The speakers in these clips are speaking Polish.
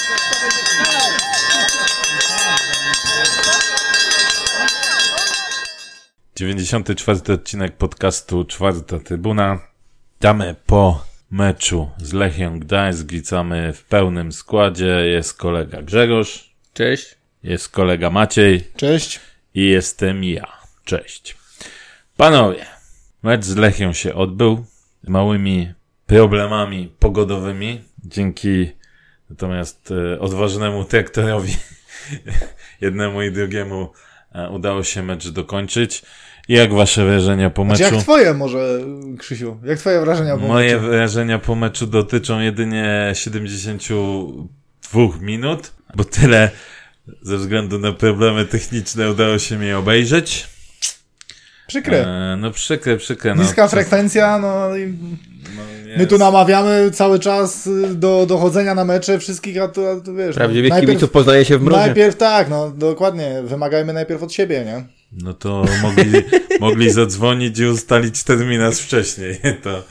Dziewięćdziesiąty czwarty odcinek podcastu Czwarta Trybuna. Witamy po meczu z Lechią Gdańsk. Witamy w pełnym składzie. Jest kolega Grzegorz. Cześć. Jest kolega Maciej. Cześć. I jestem ja. Cześć. Panowie, mecz z Lechią się odbył z małymi problemami pogodowymi. Dzięki natomiast odważnemu dyrektorowi jednemu i drugiemu udało się mecz dokończyć. I jak wasze wrażenia po meczu? Jak twoje może, Krzysiu? Jak twoje wrażenia po meczu? Moje wrażenia po meczu dotyczą jedynie 72 minut, bo tyle ze względu na problemy techniczne udało się mi obejrzeć. Przykre. Przykre. Niska frekwencja, my tu namawiamy cały czas do dochodzenia na mecze wszystkich, a tu wiesz... Prawdziwych kibiców poznaje się w mrozie. Najpierw tak, dokładnie. Wymagajmy najpierw od siebie, nie? No to mogli zadzwonić i ustalić terminarz wcześniej.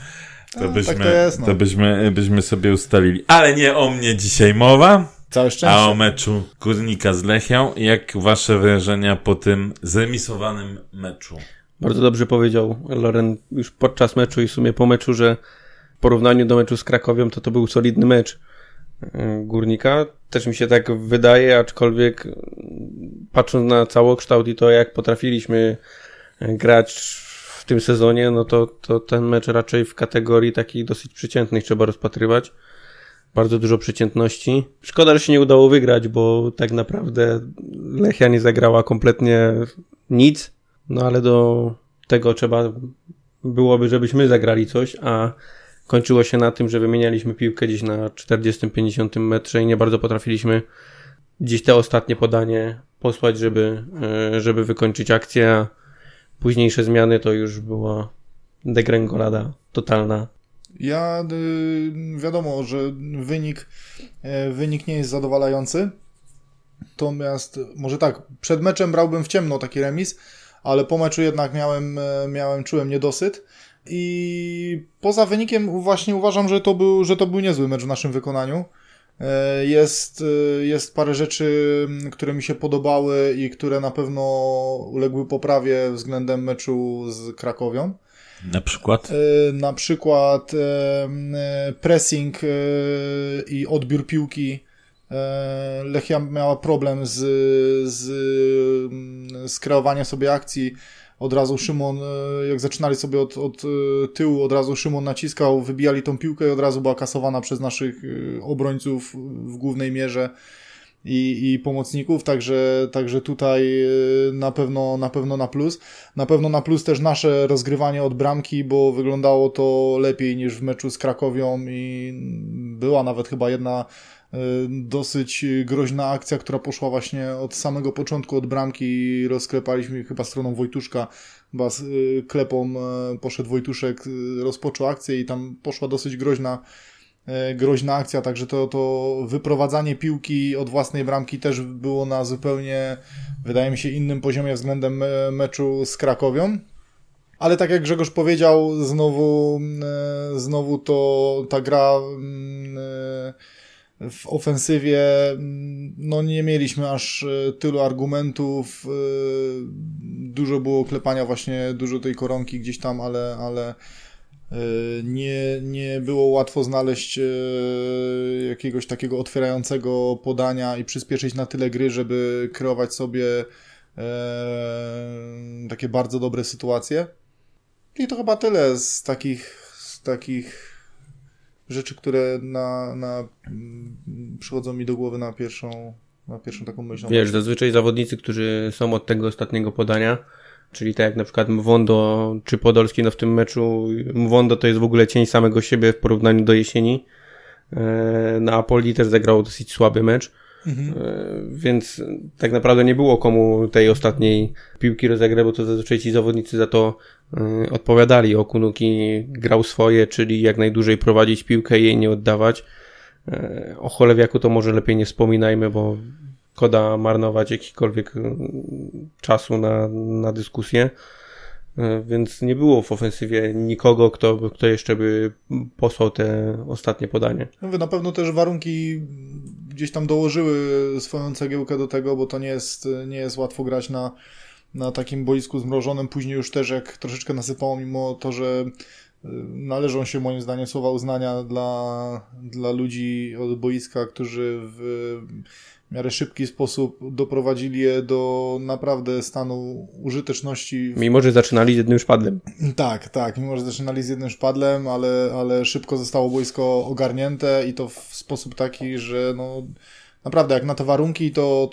To byśmy sobie ustalili. Ale nie o mnie dzisiaj mowa, Całe szczęście. a o meczu Górnika z Lechią. Jak wasze wrażenia po tym zremisowanym meczu? Bardzo dobrze powiedział Loren już podczas meczu i w sumie po meczu, że w porównaniu do meczu z Krakowią to był solidny mecz Górnika. Też mi się tak wydaje, aczkolwiek patrząc na całokształt i to, jak potrafiliśmy grać w tym sezonie, no to ten mecz raczej w kategorii takich dosyć przeciętnych trzeba rozpatrywać. Bardzo dużo przeciętności. Szkoda, że się nie udało wygrać, bo tak naprawdę Lechia nie zagrała kompletnie nic, no ale do tego trzeba byłoby, żebyśmy zagrali coś, a kończyło się na tym, że wymienialiśmy piłkę gdzieś na 40-50 metrze i nie bardzo potrafiliśmy gdzieś te ostatnie podanie posłać, żeby wykończyć akcję, a późniejsze zmiany to już była degrengolada totalna. Wiadomo, że wynik nie jest zadowalający, natomiast może tak, przed meczem brałbym w ciemno taki remis, ale po meczu jednak czułem niedosyt. I poza wynikiem właśnie uważam, że to był niezły mecz w naszym wykonaniu. Jest parę rzeczy, które mi się podobały i które na pewno uległy poprawie względem meczu z Krakowią. Na przykład? Na przykład pressing i odbiór piłki. Lechia miała problem z kreowaniem sobie akcji. Od razu Szymon, jak zaczynali sobie od tyłu, od razu Szymon naciskał, wybijali tą piłkę i od razu była kasowana przez naszych obrońców w głównej mierze i pomocników, także tutaj na pewno na plus. Na pewno na plus też nasze rozgrywanie od bramki, bo wyglądało to lepiej niż w meczu z Krakowią i była nawet chyba jedna dosyć groźna akcja, która poszła właśnie od samego początku od bramki. Rozklepaliśmy chyba stroną Wojtuszka, chyba z klepą poszedł Wojtuszek, rozpoczął akcję i tam poszła dosyć groźna akcja, także to wyprowadzanie piłki od własnej bramki też było na zupełnie, wydaje mi się, innym poziomie względem meczu z Krakowią. Ale tak jak Grzegorz powiedział, znowu to ta gra w ofensywie, nie mieliśmy aż tylu argumentów, dużo było klepania właśnie, dużo tej koronki gdzieś tam, ale nie było łatwo znaleźć jakiegoś takiego otwierającego podania i przyspieszyć na tyle gry, żeby kreować sobie takie bardzo dobre sytuacje. I to chyba tyle z takich rzeczy, które przychodzą mi do głowy na pierwszą taką myślą. Wiesz, zazwyczaj zawodnicy, którzy są od tego ostatniego podania, czyli tak jak na przykład Mwondo czy Podolski, w tym meczu Mwondo to jest w ogóle cień samego siebie w porównaniu do jesieni. Na Apoli też zagrał dosyć słaby mecz. Więc tak naprawdę nie było komu tej ostatniej piłki rozegrać, bo to zazwyczaj ci zawodnicy za to odpowiadali. Okunuki grał swoje, czyli jak najdłużej prowadzić piłkę i jej nie oddawać. O Cholewiaku to może lepiej nie wspominajmy, bo szkoda marnować jakikolwiek czasu na dyskusję. Więc nie było w ofensywie nikogo, kto jeszcze by posłał te ostatnie podanie. Na pewno też warunki gdzieś tam dołożyły swoją cegiełkę do tego, bo to nie jest łatwo grać na takim boisku zmrożonym. Później już też jak troszeczkę nasypało, mimo to, że należą się moim zdaniem słowa uznania dla ludzi od boiska, którzy w miarę szybki sposób doprowadzili je do naprawdę stanu użyteczności. Mimo, że zaczynali z jednym szpadlem. Tak, mimo, że zaczynali z jednym szpadlem, ale szybko zostało boisko ogarnięte i to w sposób taki, że no naprawdę jak na te warunki, to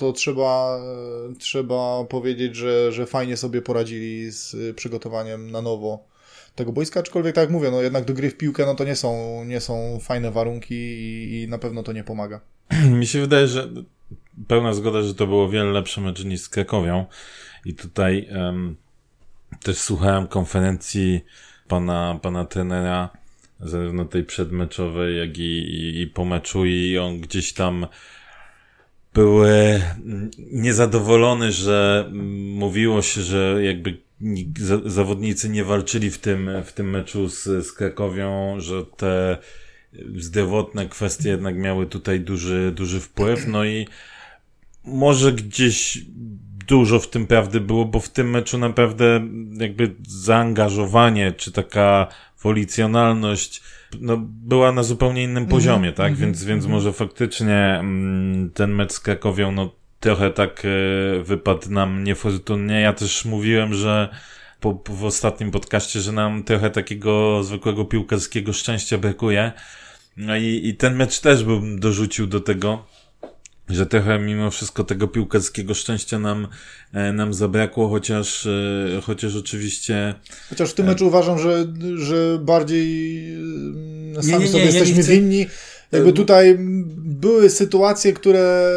trzeba powiedzieć, że fajnie sobie poradzili z przygotowaniem na nowo tego boiska, aczkolwiek tak jak mówię, no jednak do gry w piłkę no to nie są fajne warunki i na pewno to nie pomaga. Mi się wydaje, że pełna zgoda, że to było wiele lepsze mecz niż z Krakowią i tutaj też słuchałem konferencji pana trenera, zarówno tej przedmeczowej, jak i po meczu i on gdzieś tam był niezadowolony, że mówiło się, że jakby zawodnicy nie walczyli w tym meczu z Krakowią, że te zdrowotne kwestie jednak miały tutaj duży wpływ, no i może gdzieś dużo w tym prawdy było, bo w tym meczu naprawdę jakby zaangażowanie, czy taka wolicjonalność no, była na zupełnie innym poziomie, tak? Więc może faktycznie ten mecz z Krakowią no trochę tak wypadł nam niefortunnie. Ja też mówiłem, że w ostatnim podcaście, że nam trochę takiego zwykłego piłkarskiego szczęścia brakuje. No i ten mecz też dorzucił do tego, że trochę mimo wszystko tego piłkarskiego szczęścia nam zabrakło, chociaż oczywiście... Chociaż w tym meczu uważam, że bardziej sami sobie jesteśmy winni. Jakby tutaj były sytuacje, które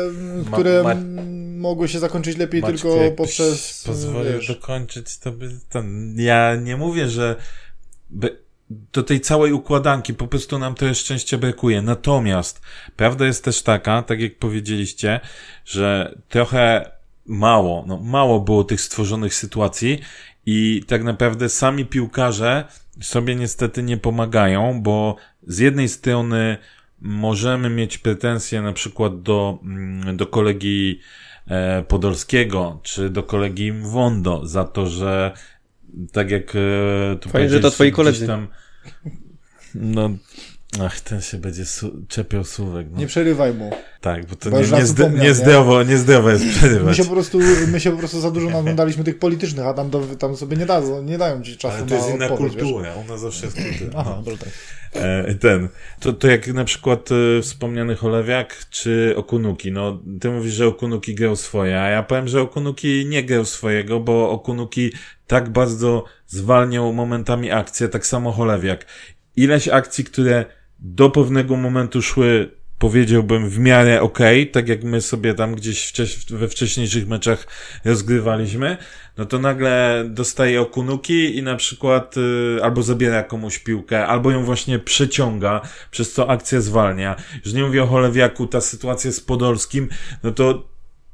mogły się zakończyć lepiej Maćku, tylko poprzez... Pozwolę dokończyć, to by... Ja nie mówię, że... Do tej całej układanki po prostu nam to szczęścia brakuje. Natomiast prawda jest też taka, tak jak powiedzieliście, że trochę mało było tych stworzonych sytuacji i tak naprawdę sami piłkarze sobie niestety nie pomagają, bo z jednej strony możemy mieć pretensje na przykład do kolegi Podolskiego, czy do kolegi Mwondo za to, że tak jak tu fajnie, że to twoi koledzy. Tam, ten się będzie czepiał słówek. No. Nie przerywaj mu. Tak, bo to niezdrowo jest przerywać. My się po prostu za dużo naglądaliśmy tych politycznych, a tam sobie nie dają ci czasu. Ale to jest inna kultura, u nas zawsze jest kultura. Aha, dobra. To jak na przykład wspomniany Cholewiak czy Okunuki. No, ty mówisz, że Okunuki grał swoje, a ja powiem, że Okunuki nie grał swojego, bo Okunuki tak bardzo zwalniał momentami akcję, tak samo Cholewiak. Ileś akcji, które do pewnego momentu szły, powiedziałbym, w miarę okej, tak jak my sobie tam gdzieś we wcześniejszych meczach rozgrywaliśmy, no to nagle dostaje Okunuki i na przykład albo zabiera komuś piłkę, albo ją właśnie przeciąga, przez co akcja zwalnia. Już nie mówię o Cholewiaku, ta sytuacja z Podolskim, no to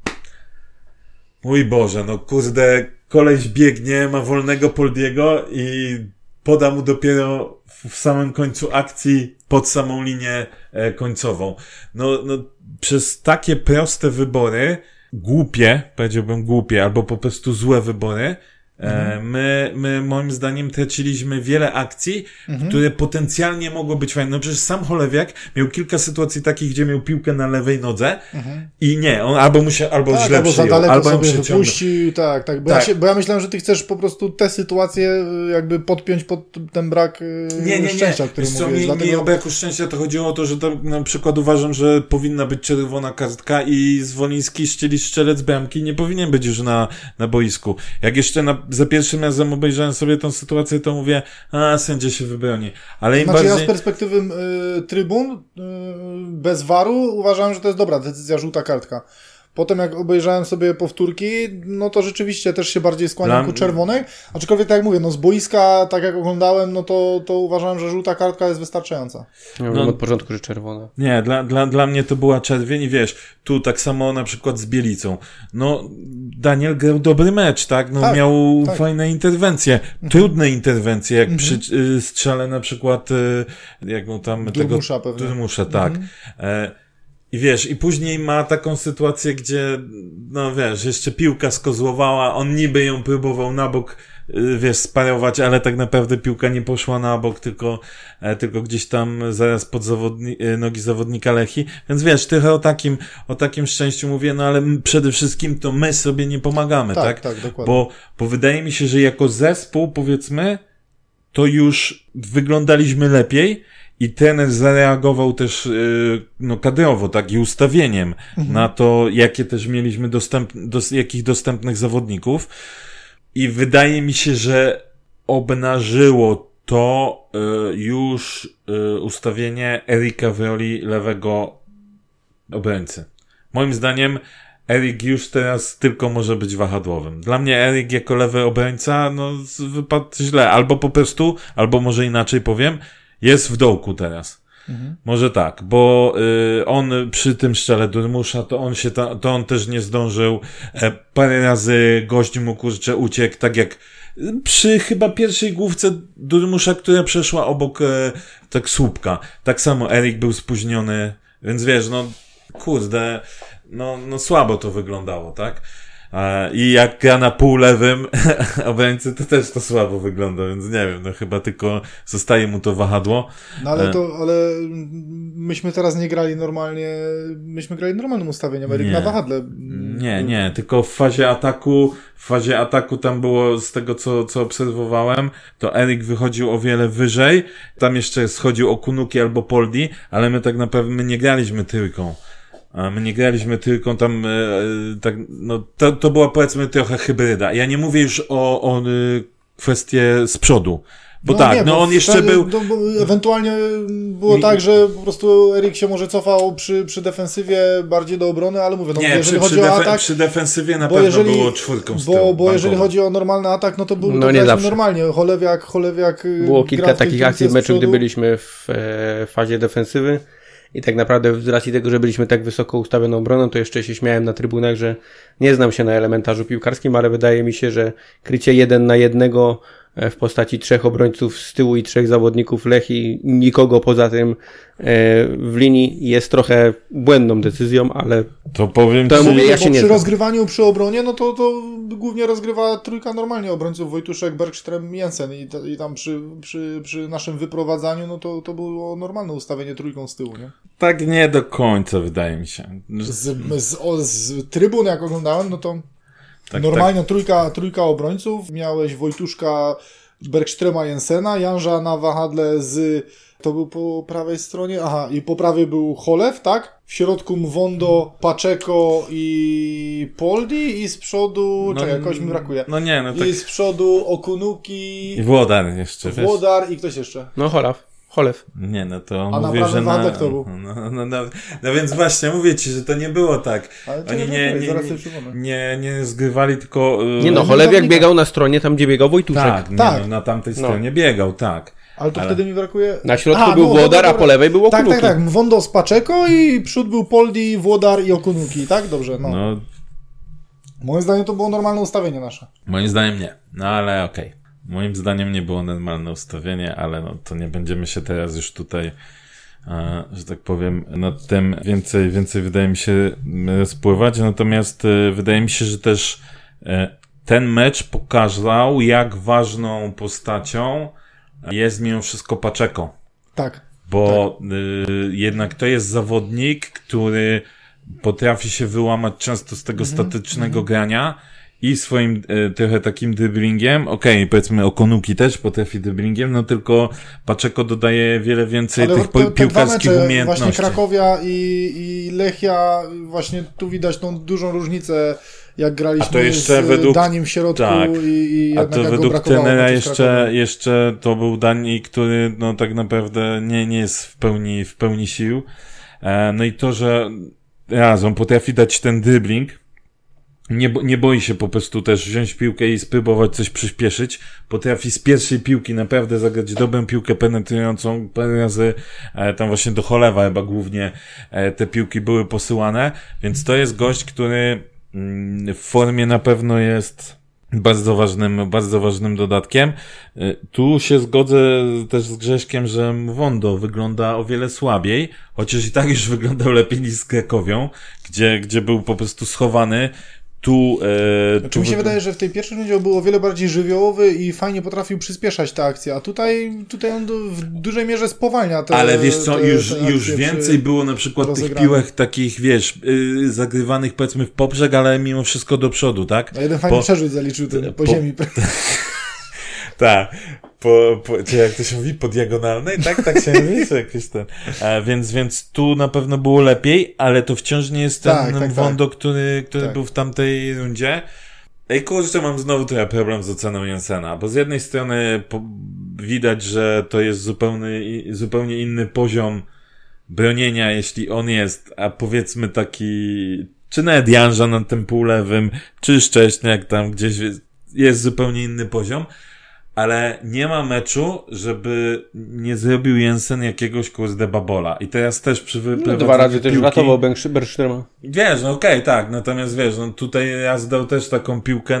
mój Boże, no kurde, koleś biegnie, ma wolnego Poldiego i poda mu dopiero w samym końcu akcji pod samą linię końcową. No przez takie proste wybory, powiedziałbym głupie, albo po prostu złe wybory, my moim zdaniem traciliśmy wiele akcji, które potencjalnie mogły być fajne. No przecież sam Cholewiak miał kilka sytuacji takich, gdzie miał piłkę na lewej nodze i nie, on albo źle albo przyjął, za daleko albo sobie wypuścił, tak. Bo ja myślałem, że ty chcesz po prostu te sytuacje jakby podpiąć pod ten brak szczęścia, o którym mówisz. Nie o braku szczęścia, to chodziło o to, że to, na przykład uważam, że powinna być czerwona kartka i Zwoliński, czyli strzelec bramki, nie powinien być już na boisku. Jak jeszcze za pierwszym razem obejrzałem sobie tą sytuację, to mówię, sędzia się wybroni. Ale im bardziej... Ja z perspektywy trybun bez VAR-u uważałem, że to jest dobra decyzja, żółta kartka. Potem jak obejrzałem sobie powtórki, no to rzeczywiście też się bardziej skłaniam ku czerwonej. Aczkolwiek tak jak mówię, no z boiska, tak jak oglądałem, no to uważałem, że żółta kartka jest wystarczająca. Ja mówię od początku, że czerwona. Nie, dla mnie to była czerwień i wiesz, tu tak samo na przykład z Bielicą. No, Daniel grał dobry mecz, tak? No, miał fajne interwencje, trudne interwencje, jak przy strzale na przykład, jak mu tam... Durmusza pewnie. Durmusza, tak. I wiesz, i później ma taką sytuację, gdzie, no wiesz, jeszcze piłka skozłowała, on niby ją próbował na bok, wiesz, sparować, ale tak naprawdę piłka nie poszła na bok, tylko gdzieś tam zaraz pod nogi zawodnika Lechii. Więc wiesz, trochę o takim szczęściu mówię, no ale przede wszystkim to my sobie nie pomagamy, tak? Tak, dokładnie. Bo wydaje mi się, że jako zespół, powiedzmy, to już wyglądaliśmy lepiej i trener zareagował też, no kadrowo, tak, i ustawieniem na to, jakie też mieliśmy jakich dostępnych zawodników. I wydaje mi się, że obnażyło to już ustawienie Erika w roli lewego obrońcy. Moim zdaniem Erik już teraz tylko może być wahadłowym. Dla mnie Erik jako lewy obrońca, no wypadł źle. Albo po prostu, albo może inaczej powiem, jest w dołku teraz. Może tak, bo on przy tym strzale Durmusza, to on też nie zdążył. Parę razy gość mu kurczę uciekł, tak jak przy chyba pierwszej główce Durmusza, która przeszła obok tak słupka. Tak samo Erik był spóźniony, więc wiesz, no kurde, no słabo to wyglądało, tak? I jak gra na półlewym obrońcy, to też to słabo wygląda, więc nie wiem, no chyba tylko zostaje mu to wahadło. No ale myśmy teraz nie grali normalnie, myśmy grali normalnym ustawieniem, Erik na wahadle. Nie, tylko w fazie ataku tam było, z tego co obserwowałem, to Erik wychodził o wiele wyżej, tam jeszcze schodził Okunuki albo Poldi, ale my tak naprawdę nie graliśmy trójką. My nie graliśmy tylko tam, tak, no, to była powiedzmy trochę hybryda. Ja nie mówię już o kwestie z przodu. Bo no tak, nie, on jeszcze był... Ewentualnie było tak, że po prostu Erik się może cofał przy defensywie bardziej do obrony, ale mówię, no nie, jeżeli chodzi o atak... przy defensywie na pewno było czwórką z tyłu. Bo jeżeli chodzi o normalny atak, no to był to nie normalnie. Cholewiak było kilka takich akcji w meczu, gdy byliśmy w fazie defensywy. I tak naprawdę z racji tego, że byliśmy tak wysoko ustawioną obroną, to jeszcze się śmiałem na trybunach, że nie znam się na elementarzu piłkarskim, ale wydaje mi się, że krycie 1 na 1 w postaci 3 obrońców z tyłu i 3 zawodników Lechii, nikogo poza tym w linii jest trochę błędną decyzją, ale to powiem to mówię, ja się nie przy rozgrywaniu, przy obronie, no to głównie rozgrywa trójka normalnie obrońców Wojtuszek, Bergström, Jensen i tam przy naszym wyprowadzaniu, no to było normalne ustawienie trójką z tyłu, nie? Tak nie do końca, wydaje mi się. Z trybun, jak oglądałem, no to tak, normalnie tak. Trójka obrońców, miałeś Wojtuszka, Bergströma, Jensena, Janża na wahadle to był po prawej stronie, i po prawej był Cholew, tak? W środku Mwondo, Paczeko i Poldi i z przodu, jakoś mi brakuje. No nie, no tak. I z przodu Okunuki. I Włodar jeszcze, Włodar i ktoś jeszcze. No Cholew. Nie, no to a mówię, że kto był? No więc właśnie, mówię ci, że to nie było tak. Ale oni nie zgrywali, tylko... Nie no, Cholewiak biegał na stronie tam, gdzie biegał Wojtuszek. Tak, na tamtej stronie biegał, tak. Ale to wtedy mi brakuje... Na środku był Włodar, a po lewej był Okunuki. Tak. Mwondo z Paczeko i przód był Poldi, Włodar i Okunuki, tak? Dobrze, no. Moim zdaniem to było normalne ustawienie nasze. Moim zdaniem nie, no ale okej. Moim zdaniem nie było normalne ustawienie, ale no to nie będziemy się teraz już tutaj, że tak powiem, nad tym więcej wydaje mi się spływać. Natomiast wydaje mi się, że też ten mecz pokazał, jak ważną postacią jest mimo wszystko Paczeko. Tak. Bo jednak to jest zawodnik, który potrafi się wyłamać często z tego statycznego grania i swoim trochę takim dribblingiem. Okej, powiedzmy Okunuki też potrafi dribblingiem, no tylko Paczeko dodaje wiele więcej tych piłkarskich umiejętności. Właśnie Krakowia i Lechia, właśnie tu widać tą dużą różnicę, jak graliśmy z Daniem w środku i a to według trenera jeszcze to był Dani, który no tak naprawdę nie jest w pełni sił. No i to, że on potrafi dać ten dribbling, nie boi się po prostu też wziąć piłkę i spróbować coś przyspieszyć. Potrafi z pierwszej piłki naprawdę zagrać dobrą piłkę penetrującą. Parę razy tam właśnie do Cholewa chyba głównie te piłki były posyłane. Więc to jest gość, który w formie na pewno jest bardzo ważnym dodatkiem. Tu się zgodzę też z Grześkiem, że Wondo wygląda o wiele słabiej, chociaż i tak już wyglądał lepiej niż z Krakowią, gdzie był po prostu schowany. Znaczy mi się wydaje, że w tej pierwszej rundzie był o wiele bardziej żywiołowy i fajnie potrafił przyspieszać te akcje, a tutaj on w dużej mierze spowalnia te. Ale wiesz co, już więcej było na przykład tych piłek takich, wiesz, zagrywanych powiedzmy w poprzek, ale mimo wszystko do przodu, tak? A jeden fajny przerzut zaliczył ten po ziemi. Tak. Czy jak to się mówi? Po diagonalnej? Tak się mówi? Jakoś ten. Więc tu na pewno było lepiej, ale to wciąż nie jest ten Wondo, który był w tamtej rundzie. Ej, kurczę, mam znowu trochę problem z oceną Jensena, bo z jednej strony widać, że to jest zupełnie inny poziom bronienia, jeśli on jest, a powiedzmy taki, czy nawet Janża na tym półlewym, czy Szcześniak tam gdzieś jest zupełnie inny poziom. Ale nie ma meczu, żeby nie zrobił Jensen jakiegoś kurde babola. I teraz też przy wyprowadzeniu 2 razy też ratował Bergströma. Wiesz, no okej, tak. Natomiast wiesz, no tutaj Jas dał też taką piłkę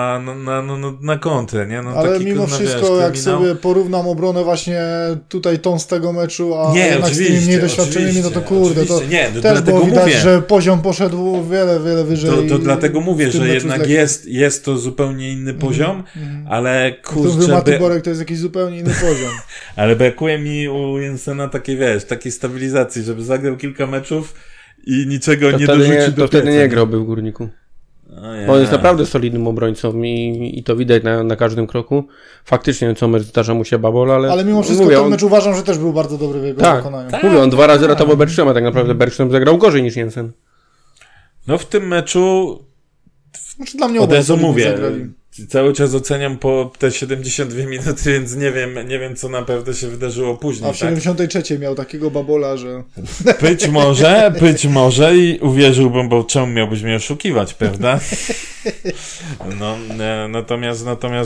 na kontrę, nie? No, ale taki, mimo wszystko, jak sobie porównam obronę właśnie tutaj tą z tego meczu, a jednak z tymi mniej doświadczonymi, no to kurde, to nie, też było widać, że poziom poszedł wiele wyżej. To dlatego mówię, że jednak jest to zupełnie inny poziom, ale kurczę... Matyborek to jest jakiś zupełnie inny poziom. Ale brakuje mi u Jensena takiej stabilizacji, żeby zagrał kilka meczów i niczego nie dorzucił do wtedy nie grałby w Górniku. Bo on jest naprawdę solidnym obrońcą i to widać na każdym kroku. Faktycznie co mecz zdarza mu się babol, ale mimo wszystko ten mecz uważam, że też był bardzo dobry w jego wykonaniu. Tak. Mówię, on 2 razy ratował Bergströma, tak naprawdę Bergström zagrał gorzej niż Jensen. No w tym meczu dla mnie od razu mówię, cały czas oceniam po te 72 minuty, więc nie wiem co naprawdę się wydarzyło później. A w 73 miał takiego babola, że... Być może i uwierzyłbym, bo czemu miałbyś mnie oszukiwać, prawda? No, natomiast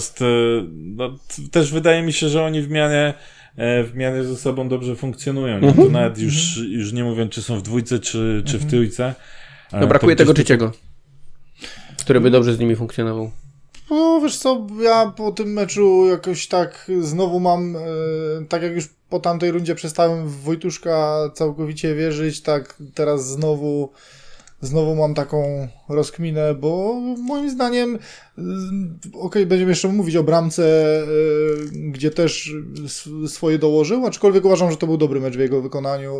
też wydaje mi się, że oni w miarę ze sobą dobrze funkcjonują. No, to nawet już nie mówię, czy są w dwójce, czy w trójce. No brakuje tego trzeciego, który by dobrze z nimi funkcjonował. No wiesz co, ja po tym meczu jakoś tak znowu mam, tak jak już po tamtej rundzie przestałem w Wojtuszka całkowicie wierzyć, tak teraz znowu mam taką rozkminę, bo moim zdaniem będziemy jeszcze mówić o bramce, gdzie też swoje dołożył, aczkolwiek uważam, że to był dobry mecz w jego wykonaniu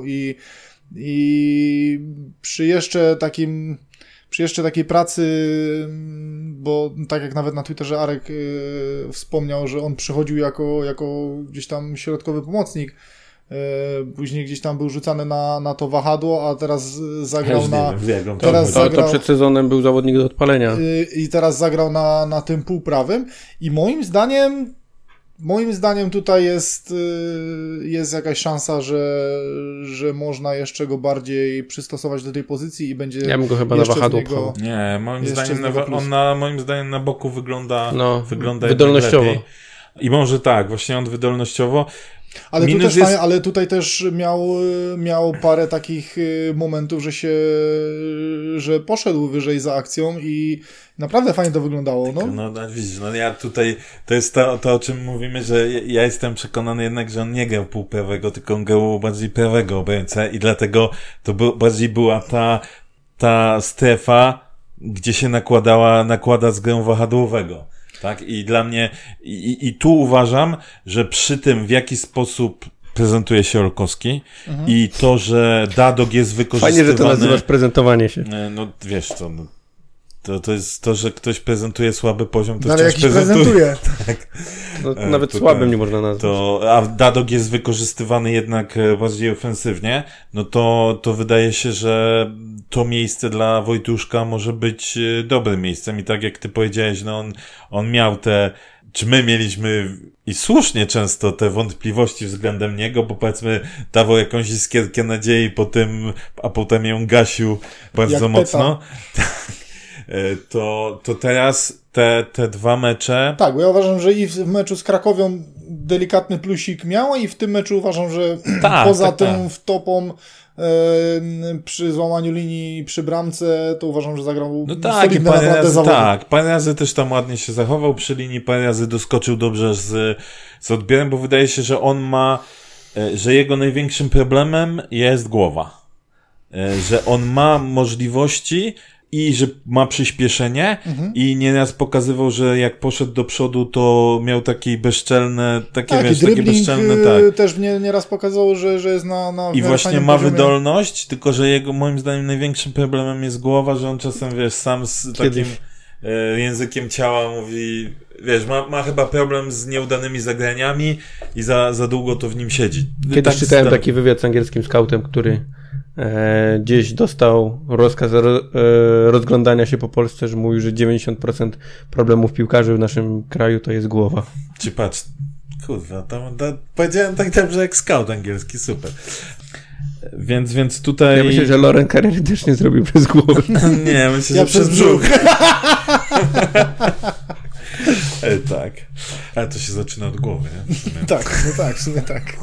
i przy jeszcze takiej pracy, bo tak jak nawet na Twitterze Arek wspomniał, że on przychodził jako gdzieś tam środkowy pomocnik, później gdzieś tam był rzucany na to wahadło, a teraz zagrał to przed sezonem był zawodnik do odpalenia. I teraz zagrał na tym półprawym i moim zdaniem tutaj jest jakaś szansa, że można jeszcze go bardziej przystosować do tej pozycji i będzie. Ja bym go chyba na wahadło pchał. Nie, moim zdaniem na boku wygląda wydolnościowo. I może tak, właśnie on wydolnościowo. Ale tutaj też miał parę takich momentów, że poszedł wyżej za akcją i naprawdę fajnie to wyglądało. No widzisz, ja tutaj, to jest to, o czym mówimy, że ja jestem przekonany jednak, że on nie grał półprawego, tylko on grał bardziej prawego obrońcę i dlatego to bardziej była ta strefa, gdzie się nakłada z grą wahadłowego. Tak? I dla mnie, i tu uważam, że przy tym, w jaki sposób prezentuje się Olkowski i to, że Dadok jest wykorzystywany... Fajnie, że to nazywasz prezentowanie się. No wiesz co, to jest to, że ktoś prezentuje słaby poziom, to ale jakiś prezentuje. Tak. No, nawet słabym nie można nazwać. A Dadok jest wykorzystywany jednak bardziej ofensywnie, no to wydaje się, że to miejsce dla Wojtuszka może być dobrym miejscem i tak jak ty powiedziałeś, no on miał czy my mieliśmy i słusznie często te wątpliwości względem niego, bo powiedzmy dawał jakąś iskierkę nadziei a potem ją gasił bardzo mocno. To teraz te 2 mecze... Tak, bo ja uważam, że i w meczu z Krakowią delikatny plusik miał i w tym meczu uważam, że poza tą wtopą przy złamaniu linii, przy bramce, to uważam, że zagrał solidne naprawdę zawody. Tak, parę razy też tam ładnie się zachował przy linii, parę razy doskoczył dobrze z odbiorem, bo wydaje się, że on ma, że jego największym problemem jest głowa. Że on ma możliwości i że ma przyspieszenie i nieraz pokazywał, że jak poszedł do przodu, to miał takie bezczelne, takie bezczelne, tak. Też mnie nieraz pokazało, że jest na i właśnie ma poziomie. Wydolność, tylko że jego moim zdaniem największym problemem jest głowa, że on czasem, sam z takim językiem ciała mówi, ma chyba problem z nieudanymi zagraniami i za długo to w nim siedzi. Kiedyś czytałem taki wywiad z angielskim skautem, który gdzieś dostał rozkaz rozglądania się po Polsce, że mówił, że 90% problemów piłkarzy w naszym kraju to jest głowa. Czy patrz, kurwa, powiedziałem tak dobrze jak scout angielski, super. Więc tutaj... Ja myślę, że Loren kariery też nie zrobił przez głowę. Nie, myślę, że przez brzuch. Tak. Ale to się zaczyna od głowy, nie? Tak, w sumie tak.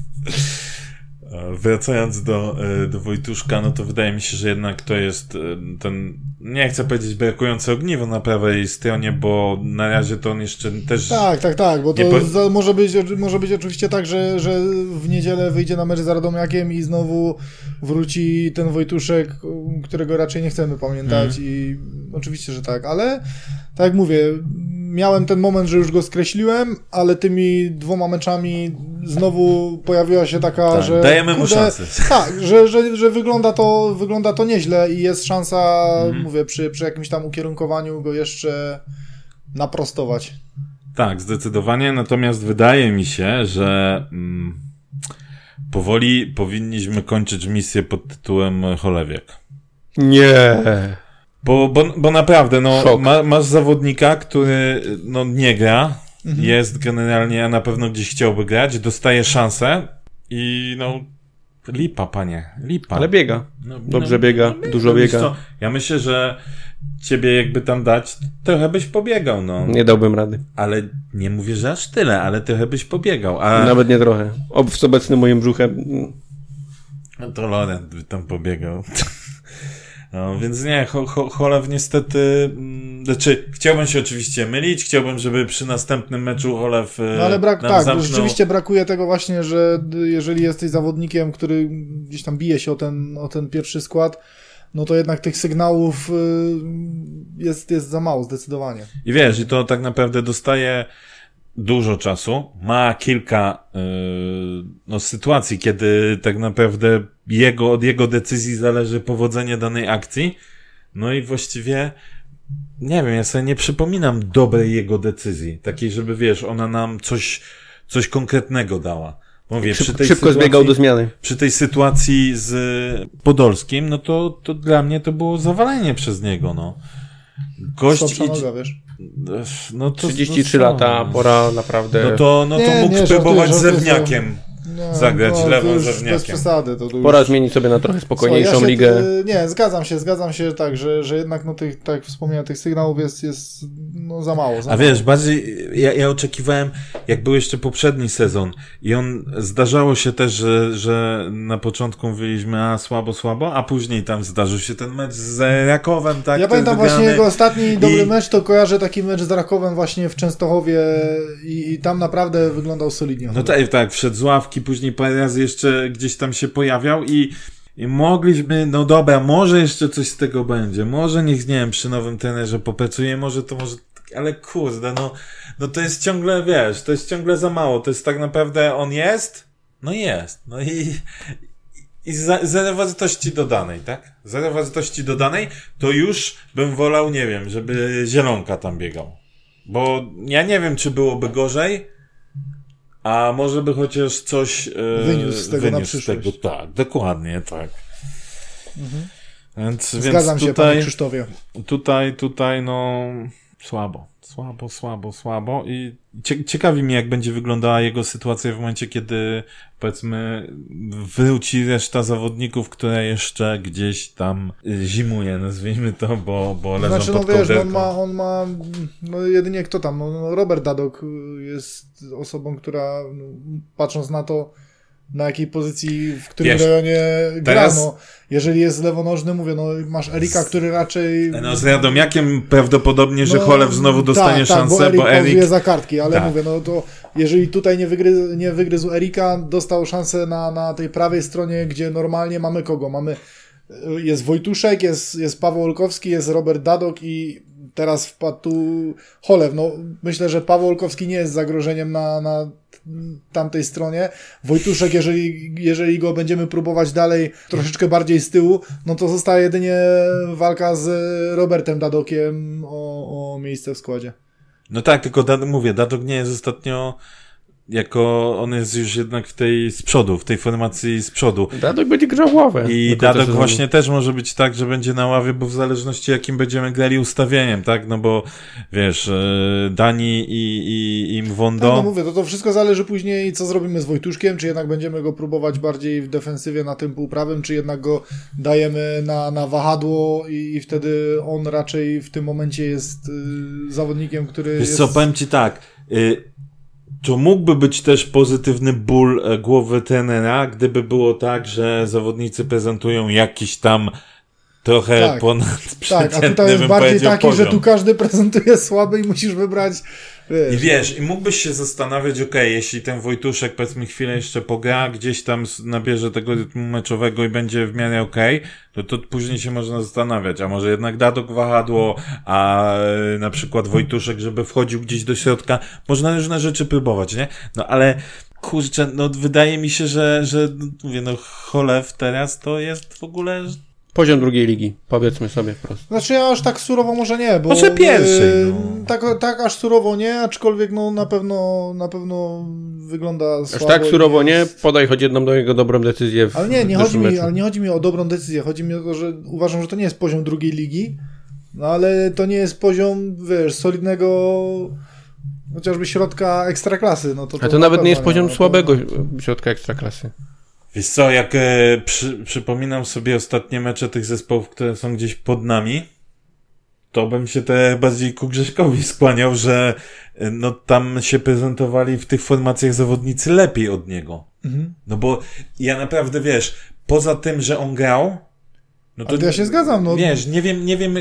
Wracając do Wojtuszka, no to wydaje mi się, że jednak to jest ten, nie chcę powiedzieć brakujące ogniwo na prawej stronie, bo na razie to on jeszcze też... Tak, bo to może być oczywiście tak, że w niedzielę wyjdzie na mecz z Radomiakiem i znowu wróci ten Wojtuszek, którego raczej nie chcemy pamiętać i oczywiście, że tak, ale tak jak mówię, miałem ten moment, że już go skreśliłem, ale tymi 2 meczami znowu pojawiła się taka, że... Dajemy mu szansę. Tak, że wygląda to nieźle i jest szansa, mówię, przy jakimś tam ukierunkowaniu go jeszcze naprostować. Tak, zdecydowanie, natomiast wydaje mi się, że powoli powinniśmy kończyć misję pod tytułem Cholewiak. Nie. Bo naprawdę, masz zawodnika, który nie gra, jest generalnie, a na pewno gdzieś chciałby grać, dostaje szansę i lipa, panie, lipa. Ale biega. Dobrze biega, dużo biega. Co? Ja myślę, że ciebie jakby tam dać, trochę byś pobiegał, Nie dałbym rady. Ale nie mówię, że aż tyle, ale trochę byś pobiegał. Nawet nie trochę. Z obecnym moim brzuchem. To Loren by tam pobiegał. Więc nie, Cholew niestety, chciałbym się oczywiście mylić, chciałbym, żeby przy następnym meczu Cholew ale zamknął. Rzeczywiście brakuje tego właśnie, że jeżeli jesteś zawodnikiem, który gdzieś tam bije się o ten pierwszy skład, no to jednak tych sygnałów jest za mało, zdecydowanie. I wiesz, i to tak naprawdę dostaje dużo czasu, ma kilka sytuacji, kiedy tak naprawdę od jego decyzji zależy powodzenie danej akcji, no i właściwie nie wiem, ja sobie nie przypominam dobrej jego decyzji, takiej, żeby wiesz, ona nam coś konkretnego dała. Mówię, szybko zbiegał do zmiany. Przy tej sytuacji z Podolskim, no to dla mnie to było zawalenie przez niego, Gość noga, wiesz? No to 33 lata, pora naprawdę... No to mógł spróbować z Zewniakiem zagrać lewą Zewniakiem. Bez przesady. To pora zmienić sobie na trochę spokojniejszą ligę. Nie, zgadzam się tak, że jednak tak jak wspomniałem, tych sygnałów jest za mało. Wiesz, bardziej ja oczekiwałem, jak był jeszcze poprzedni sezon i zdarzało się też, że na początku mówiliśmy słabo, a później tam zdarzył się ten mecz z Rakowem, tak? Ja pamiętam właśnie jego ostatni dobry mecz, to kojarzę taki mecz z Rakowem właśnie w Częstochowie i tam naprawdę wyglądał solidnie. No tak, wszedł z ławki, później parę razy jeszcze gdzieś tam się pojawiał i mogliśmy, dobra, może jeszcze coś z tego będzie, może nie wiem, przy nowym trenerze popracuje, może, ale kurde, to jest ciągle, wiesz, to jest ciągle za mało, to jest tak naprawdę, on jest, i zero wartości dodanej, tak? Zero wartości dodanej, to już bym wolał, nie wiem, żeby Zielonka tam biegał, bo ja nie wiem, czy byłoby gorzej, a może by chociaż coś wyniósł z tego na przyszłość. Tak, dokładnie, tak. Więc Zgadzam się, panie Krzysztofie. Tutaj słabo i ciekawi mnie, jak będzie wyglądała jego sytuacja w momencie, kiedy powiedzmy wróci reszta zawodników, która jeszcze gdzieś tam zimuje, nazwijmy to, bo leżą pod kołderką. On ma jedynie kto tam, Robert Dadok jest osobą, która patrząc na to, na jakiej pozycji, w którym Wiesz, rejonie gra, teraz... no. Jeżeli jest lewonożny, mówię, no masz Erika, który raczej... No z Radomiakiem prawdopodobnie, że Cholew znowu dostanie szansę, bo Erik pauzuje Erik... za kartki, ale tak. mówię, no to jeżeli tutaj nie wygryzł Erika, dostał szansę na tej prawej stronie, gdzie normalnie mamy kogo? Jest Wojtuszek, jest Paweł Olkowski, jest Robert Dadok i teraz wpadł tu Cholew. No, myślę, że Paweł Olkowski nie jest zagrożeniem na tamtej stronie. Wojtuszek, jeżeli go będziemy próbować dalej troszeczkę bardziej z tyłu, no to zostaje jedynie walka z Robertem Dadokiem o miejsce w składzie. No tak, tylko Dadok nie jest ostatnio on jest już jednak w tej formacji z przodu. Dadok będzie grał ławę. I Dadok właśnie też może być tak, że będzie na ławie, bo w zależności jakim będziemy grali ustawieniem, tak? No bo wiesz, Dani i Mwondo. Tak, no mówię, to wszystko zależy później, co zrobimy z Wojtuszkiem, czy jednak będziemy go próbować bardziej w defensywie na tym półprawym, czy jednak go dajemy na wahadło i wtedy on raczej w tym momencie jest zawodnikiem, który Wiesz jest... co, powiem ci tak, to mógłby być też pozytywny ból głowy trenera, gdyby było tak, że zawodnicy prezentują jakiś tam trochę ponadprzeciętny, tak, a tutaj jest bardziej taki, poziom. że tu każdy prezentuje słaby i musisz wybrać... I mógłbyś się zastanawiać, jeśli ten Wojtuszek powiedzmy chwilę jeszcze pogra, gdzieś tam nabierze tego rytmu meczowego i będzie w miarę to później się można zastanawiać, a może jednak Dadok wahadło, a na przykład Wojtuszek, żeby wchodził gdzieś do środka, można różne rzeczy próbować, nie? No ale kurczę, no wydaje mi się, że mówię, Cholew teraz to jest w ogóle... Poziom drugiej ligi, powiedzmy sobie wprost. Znaczy ja aż tak surowo może nie, bo... Może pierwszej, Tak aż surowo nie, aczkolwiek na pewno wygląda słabo. Aż tak surowo nie, podaj choć jedną do jego dobrą decyzję w Ale nie chodzi mi o dobrą decyzję, chodzi mi o to, że uważam, że to nie jest poziom drugiej ligi, no ale to nie jest poziom, solidnego chociażby środka ekstraklasy. No to nawet nie jest poziom słabego środka ekstraklasy. Wiesz co, jak przypominam sobie ostatnie mecze tych zespołów, które są gdzieś pod nami, to bym się bardziej ku Grześkowi skłaniał, że tam się prezentowali w tych formacjach zawodnicy lepiej od niego. Mhm. No bo ja naprawdę, poza tym, że on grał, no to ja się zgadzam, no. Wiesz, nie wiem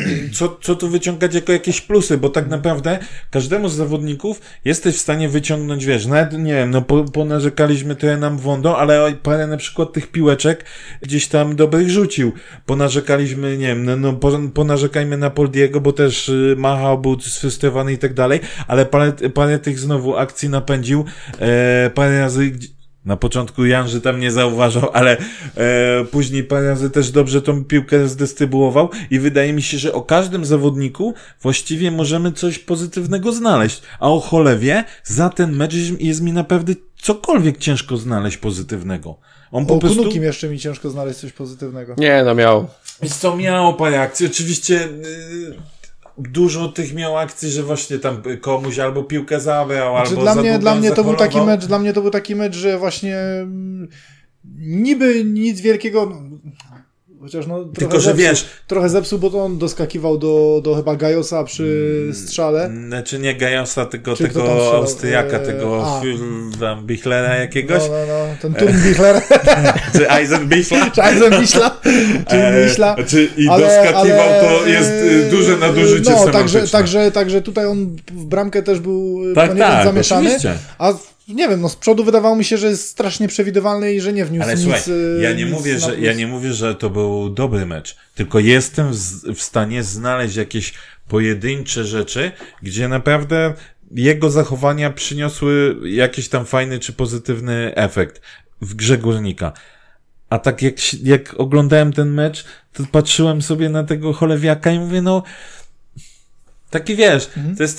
co tu wyciągać jako jakieś plusy, bo tak naprawdę każdemu z zawodników jesteś w stanie wyciągnąć, nawet, nie wiem, ponarzekaliśmy trochę na Mwondo, ale parę na przykład tych piłeczek gdzieś tam dobrych rzucił. Ponarzekaliśmy, nie wiem, ponarzekajmy na Poldiego, bo też machał, był sfrustrowany i tak dalej, ale parę tych znowu akcji napędził, parę razy na początku Janży tam nie zauważał, ale później parę razy też dobrze tą piłkę zdystrybuował i wydaje mi się, że o każdym zawodniku właściwie możemy coś pozytywnego znaleźć. A o Cholewie za ten mecz jest mi naprawdę cokolwiek ciężko znaleźć pozytywnego. On po prostu... Kunukim jeszcze mi ciężko znaleźć coś pozytywnego. Nie, miał. Jest co, miało parę akcji. Oczywiście... Dużo tych miał akcji, że właśnie tam komuś albo piłkę zabrał, albo dla mnie to był taki mecz, że właśnie niby nic wielkiego, chociaż tylko, że trochę zepsuł, bo to on doskakiwał do chyba Gajosa przy strzale. Znaczy nie Gajosa, tylko tego Austriaka, tego Bichlera jakiegoś. No, ten Turm Bichler. Czy Eisenbichler. I doskakiwał, to jest duże nadużycie semantyczne. Także tutaj on w bramkę też był zamieszany. Oczywiście. A nie wiem, z przodu wydawało mi się, że jest strasznie przewidywalny i że nie wniósł nic. Ale słuchaj, ja nie mówię, że to był dobry mecz, tylko jestem w stanie znaleźć jakieś pojedyncze rzeczy, gdzie naprawdę jego zachowania przyniosły jakiś tam fajny czy pozytywny efekt w grze Górnika. A tak jak oglądałem ten mecz, to patrzyłem sobie na tego Cholewiaka i mówię, taki to jest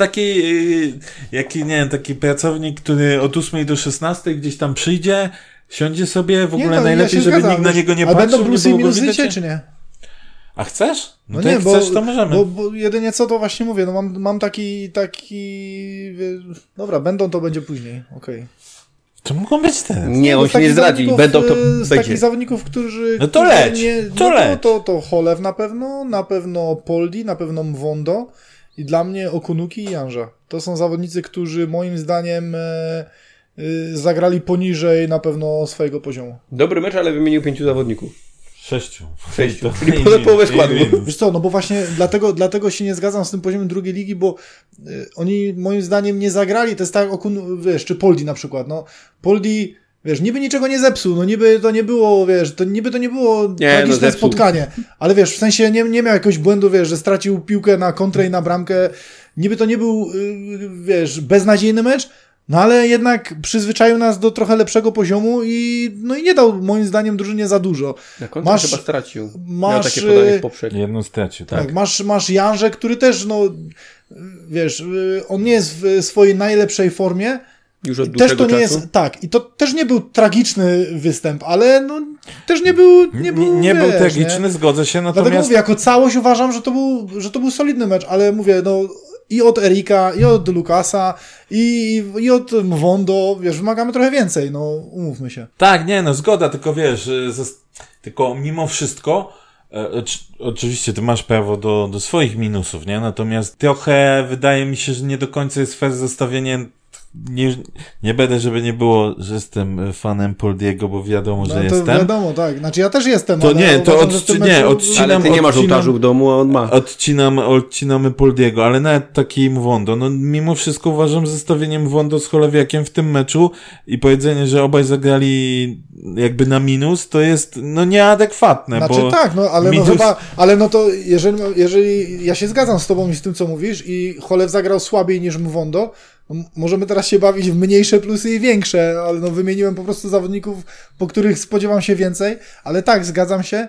taki pracownik, który od 8 do 16 gdzieś tam przyjdzie, siądzie sobie, w ogóle najlepiej, żeby nikt na niego nie patrzył. A będą plusy i minusy dzisiaj, czy nie? A chcesz? To jak chcesz, to możemy. Bo jedynie co, to właśnie mówię, mam taki... Dobra, to będzie później, okej. To mogą być teraz. Nie, on się nie zdradzi. Będą to z takich zawodników, którzy... No to leć. To Cholew na pewno Poldi, na pewno Mwondo i dla mnie Okunuki i Janża. To są zawodnicy, którzy moim zdaniem zagrali poniżej na pewno swojego poziomu. Dobry mecz, ale wymienił 5 zawodników. 6. Czyli ponad połowę składu. Wiesz co, no bo właśnie dlatego się nie zgadzam z tym poziomem drugiej ligi, bo oni moim zdaniem nie zagrali, to jest tak, wiesz, czy Poldi na przykład, no. Poldi, wiesz, niby niczego nie zepsuł, no niby to nie było, wiesz, to nie było tragiczne spotkanie, ale wiesz, w sensie nie miał jakiegoś błędu, wiesz, że stracił piłkę na kontrę i na bramkę, niby to nie był, wiesz, beznadziejny mecz, no ale jednak przyzwyczaił nas do trochę lepszego poziomu i nie dał moim zdaniem drużynie za dużo. Na końcu chyba stracił. Miał takie podanie w poprzek. Jedną stracił, tak. Masz Janże, który też, wiesz, on nie jest w swojej najlepszej formie. Już od dłuższego czasu? Jest, tak, i to też nie był tragiczny występ, ale też nie był tragiczny, zgodzę się, natomiast... Dlatego mówię, jako całość uważam, że to był solidny mecz, ale mówię, i od Erika, i od Lukasa, i od Mwondo, wiesz, wymagamy trochę więcej, umówmy się. Tak, zgoda, tylko wiesz, tylko mimo wszystko, oczywiście ty masz prawo do swoich minusów, nie? Natomiast trochę wydaje mi się, że nie do końca jest fair zestawienie. Nie będę, żeby nie było, że jestem fanem Poldiego, bo wiadomo, że jestem. To wiadomo, tak. Znaczy ja też jestem, to nie, to odcinam. Ale ty nie masz ołtarzu w domu, a on ma. Odcinamy Poldiego, ale nawet taki Mwondo. Mimo wszystko uważam zestawieniem Mwondo z Cholewiakiem w tym meczu i powiedzenie, że obaj zagrali jakby na minus, to jest nieadekwatne. Znaczy bo tak, ale minus... chyba, ale to jeżeli ja się zgadzam z tobą i z tym, co mówisz i Cholew zagrał słabiej niż Mwondo, możemy teraz się bawić w mniejsze plusy i większe, ale wymieniłem po prostu zawodników, po których spodziewam się więcej, ale tak, zgadzam się,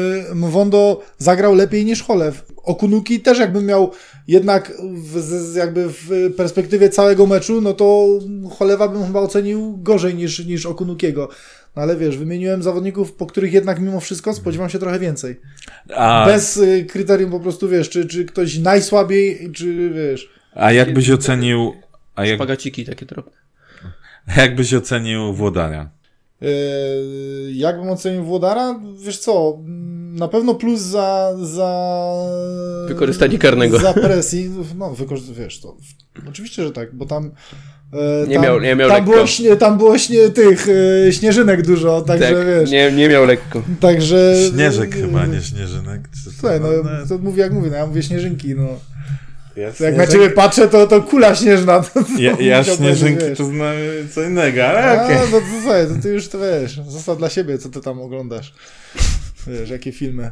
Mwondo zagrał lepiej niż Cholew. Okunuki też jakbym miał jednak jakby w perspektywie całego meczu, to Cholewa bym chyba ocenił gorzej niż Okunukiego. No ale wiesz, wymieniłem zawodników, po których jednak mimo wszystko spodziewam się trochę więcej. Bez kryterium po prostu, wiesz, czy ktoś najsłabiej, czy wiesz... A jak byś ocenił... Szpagaciki takie trochę. Jak byś ocenił Włodara? Jakbym ocenił Włodara? Wiesz co, na pewno plus za wykorzystanie karnego. Za presji. Wiesz to. Oczywiście, że tak, bo tam nie miał lekko. Tam było śnieżynek dużo, także tak, wiesz. Nie miał lekko. Także... Śnieżek chyba, nie śnieżynek. Słuchaj, to mówię jak mówię, ja mówię śnieżynki, jak na ciebie patrzę, to kula śnieżna. Ja śnieżynki to znam co innego, ale okej. No to słuchaj, to ty już to wiesz, zostaw dla siebie, co ty tam oglądasz. Wiesz, jakie filmy.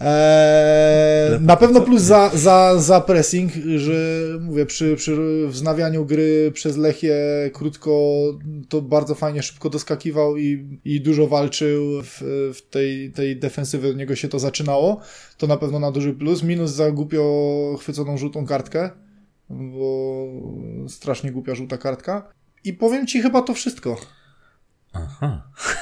Na pewno plus za pressing, że mówię, przy wznawianiu gry przez Lechię krótko, to bardzo fajnie, szybko doskakiwał i dużo walczył w tej defensywie, od niego się to zaczynało. To na pewno na duży plus. Minus za głupio chwyconą żółtą kartkę, bo strasznie głupia żółta kartka. I powiem ci chyba to wszystko. Aha.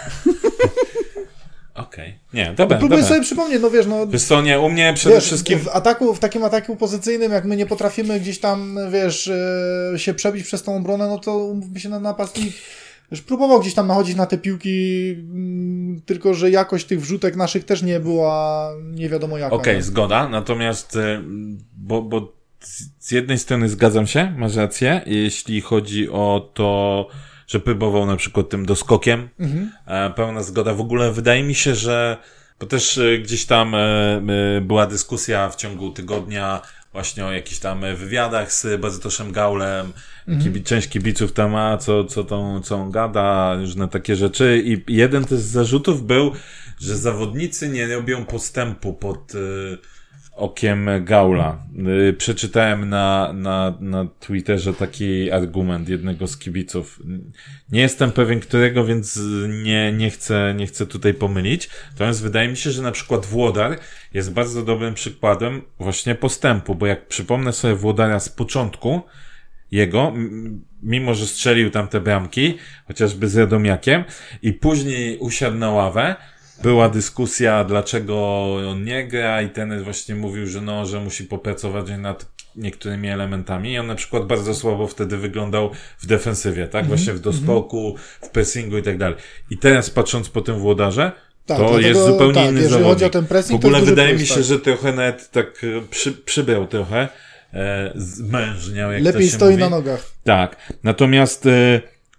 Okej. Nie, dobra. Próbuję sobie przypomnieć, Wiesz co, nie, u mnie przede wszystkim... W takim ataku pozycyjnym, jak my nie potrafimy gdzieś tam, wiesz, się przebić przez tą obronę, to umówmy się, na napastnik, wiesz, próbował gdzieś tam nachodzić na te piłki, tylko że jakość tych wrzutek naszych też nie była nie wiadomo jaka. Okej, zgoda, natomiast bo z jednej strony zgadzam się, masz rację, jeśli chodzi o to, że próbował na przykład tym doskokiem. Pełna zgoda. W ogóle wydaje mi się, że bo też gdzieś tam była dyskusja w ciągu tygodnia właśnie o jakichś tam wywiadach z Bartoszem Gaulem. Część kibiców tam ma, co on gada, różne takie rzeczy. I jeden też z zarzutów był, że zawodnicy nie robią postępu pod okiem Gaula. Przeczytałem na Twitterze taki argument jednego z kibiców. Nie jestem pewien którego, więc nie chcę tutaj pomylić. Natomiast wydaje mi się, że na przykład Włodar jest bardzo dobrym przykładem właśnie postępu, bo jak przypomnę sobie Włodara z początku jego, mimo że strzelił tam te bramki, chociażby z Radomiakiem, i później usiadł na ławę, była dyskusja, dlaczego on nie gra, i ten właśnie mówił, że musi popracować nad niektórymi elementami, i on na przykład bardzo słabo wtedy wyglądał w defensywie, tak? Właśnie w doskoku, w pressingu i tak dalej. I teraz patrząc po tym Włodarze, to jest zupełnie inny zawodnik. Chodzi o ten pressing, w ogóle wydaje mi się, że trochę nawet tak przybrał trochę, zmężniał, jak lepiej to się stoi mówi. Na nogach. Tak. Natomiast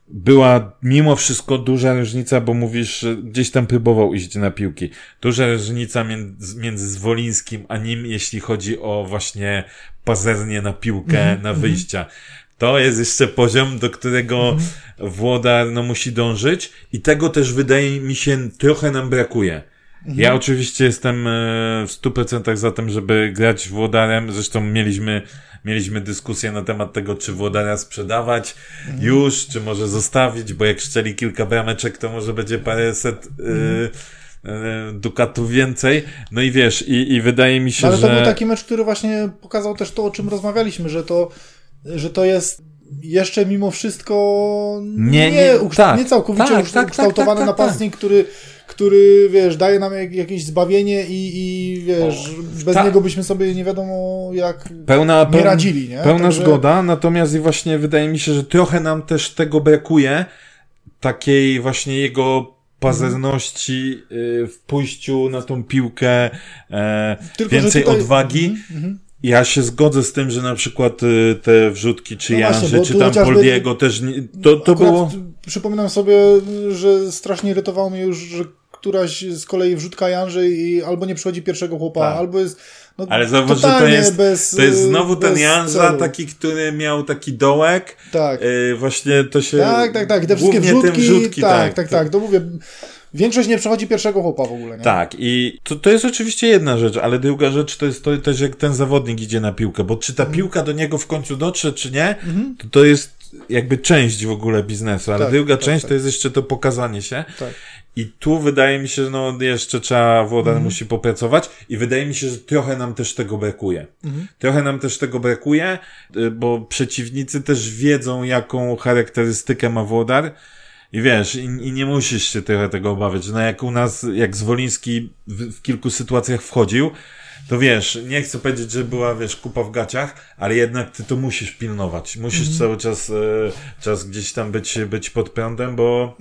była mimo wszystko duża różnica, bo mówisz, że gdzieś tam próbował iść na piłki. Duża różnica między Zwolińskim a nim, jeśli chodzi o właśnie pazernie na piłkę, na wyjścia. To jest jeszcze poziom, do którego Włodar musi dążyć i tego też wydaje mi się trochę nam brakuje. Ja oczywiście jestem w 100% za tym, żeby grać Włodarem. Zresztą mieliśmy dyskusję na temat tego, czy Włodara sprzedawać już, czy może zostawić, bo jak szczeli kilka brameczek, to może będzie paręset dukatów więcej. No i wiesz, i wydaje mi się, ale że... Ale to był taki mecz, który właśnie pokazał też to, o czym rozmawialiśmy, że to jest jeszcze mimo wszystko nie całkowicie ukształtowany napastnik, który, wiesz, daje nam jakieś zbawienie i wiesz, bez niego byśmy sobie nie wiadomo jak nie radzili, nie? Pełna zgoda, natomiast i właśnie wydaje mi się, że trochę nam też tego brakuje, takiej właśnie jego pazerności w pójściu na tą piłkę, więcej odwagi. Ja się zgodzę z tym, że na przykład te wrzutki czy Janży, czy tam Poldiego też to było... Przypominam sobie, że strasznie irytowało mnie już, że któraś z kolei wrzutka Janży i albo nie przychodzi pierwszego chłopa, albo jest... No, ale zauważ, że to jest znowu ten Janża, taki, który miał taki dołek. Tak. Właśnie to się... Tak. Te wszystkie wrzutki. Tak. To mówię... Większość nie przechodzi pierwszego chłopa w ogóle, nie? Tak, i to jest oczywiście jedna rzecz, ale druga rzecz to jest to też, jak ten zawodnik idzie na piłkę, bo czy ta piłka do niego w końcu dotrze, czy nie, to jest jakby część w ogóle biznesu, ale druga część to jest jeszcze to pokazanie się. Tak. I tu wydaje mi się, że jeszcze Włodar musi popracować i wydaje mi się, że trochę nam też tego brakuje. Trochę nam też tego brakuje, bo przeciwnicy też wiedzą, jaką charakterystykę ma Włodar. I wiesz, i nie musisz się trochę tego obawiać. No jak u nas, jak Zwoliński w kilku sytuacjach wchodził, to wiesz, nie chcę powiedzieć, że była, wiesz, kupa w gaciach, ale jednak ty to musisz pilnować. Musisz cały czas gdzieś tam być pod prądem, bo